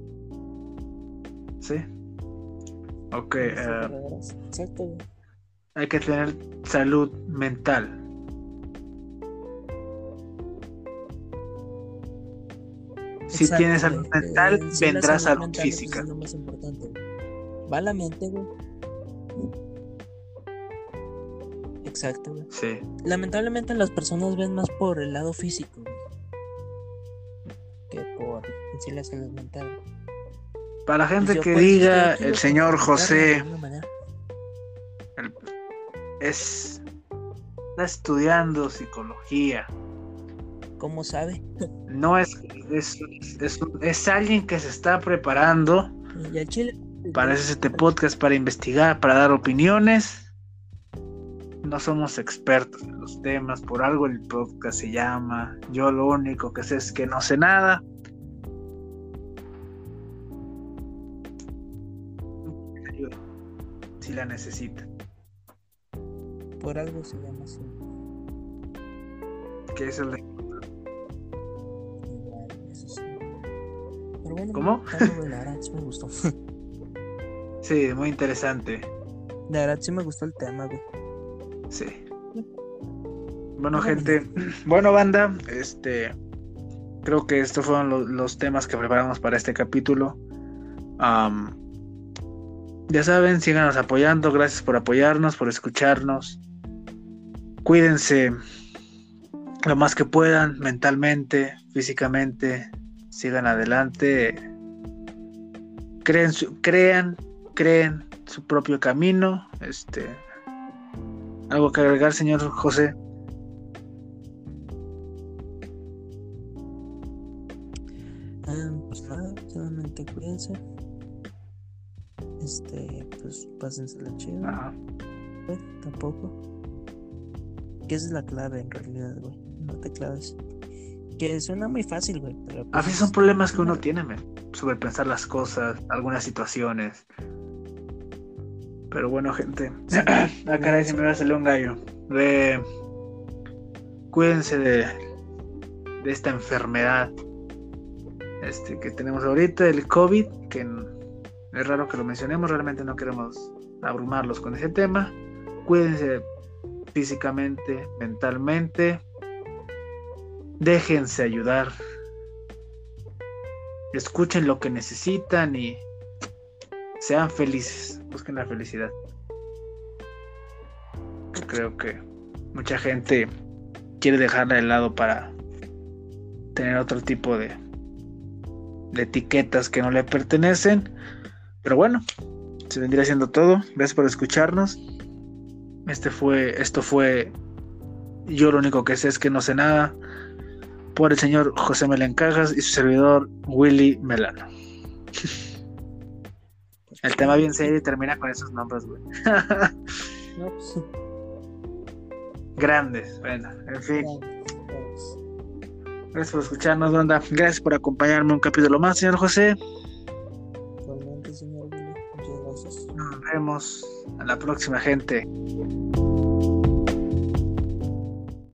¿Sí? Ok. Nuestras eh, verdaderas. Exacto, güey. hay que tener salud mental. Si Exacto, tienes salud güey. mental, Eh, sí, la vendrá salud mental, pues, física. es lo más importante, güey. Va la mente, güey. Exacto, güey. Sí. Lamentablemente las personas ven más por el lado físico, güey, que por en sí la salud mental. Para la gente Pues yo que por eso estoy diga aquí, el güey, señor para fomentarla de José alguna manera. el- es está estudiando psicología. ¿Cómo sabe? No es es, es, es alguien que se está preparando Y al chile. para hacer este podcast, para investigar, para dar opiniones. No somos expertos en los temas, por algo el podcast se llama. Yo lo único que sé es que no sé nada. Si la necesitan. Por algo se llama así. Que es el de... Igual, eso sí. Pero bueno, ¿Cómo? algo de la verdad sí me gustó. Sí, muy interesante. De verdad sí me gustó el tema, güey. Sí. Bueno, gente, bueno, banda, este, creo que estos fueron lo, los temas que preparamos para este capítulo. Um, ya saben, síganos apoyando, gracias por apoyarnos, por escucharnos. Cuídense lo más que puedan, mentalmente, físicamente, sigan adelante. Creen, su, crean, creen su propio camino. Este, ¿algo que agregar, señor José? Um, pues nada, solamente cuídense. Este, pues pásensela chido. Ajá. Güey, tampoco. Que esa es la clave en realidad, güey. No te claves. Que suena muy fácil, güey. Pero A pues, veces son problemas que uno tiene, men. Sobrepensar las cosas, algunas situaciones. Pero bueno, gente. Sí, Ah, caray, se me va a salir un gallo. De... Cuídense de, de esta enfermedad este, que tenemos ahorita, el COVID, que es raro que lo mencionemos, realmente no queremos abrumarlos con ese tema. Cuídense físicamente, mentalmente. Déjense ayudar. Escuchen lo que necesitan y sean felices. Busquen la felicidad. Creo que mucha gente quiere dejarla de lado para tener otro tipo de, de etiquetas que no le pertenecen. Pero bueno, se vendría siendo todo. Gracias por escucharnos. Este fue, esto fue Yo lo único que sé es que no sé nada, por el señor José Melencajas y su servidor Willy Melano. El tema bien serio y termina con esos nombres, güey. No, pues, Grandes, bueno, en fin. pues, Gracias por escucharnos, banda. Gracias por acompañarme un capítulo más, señor José. igualmente, señor Willy, muchas gracias. Nos vemos a la próxima, gente.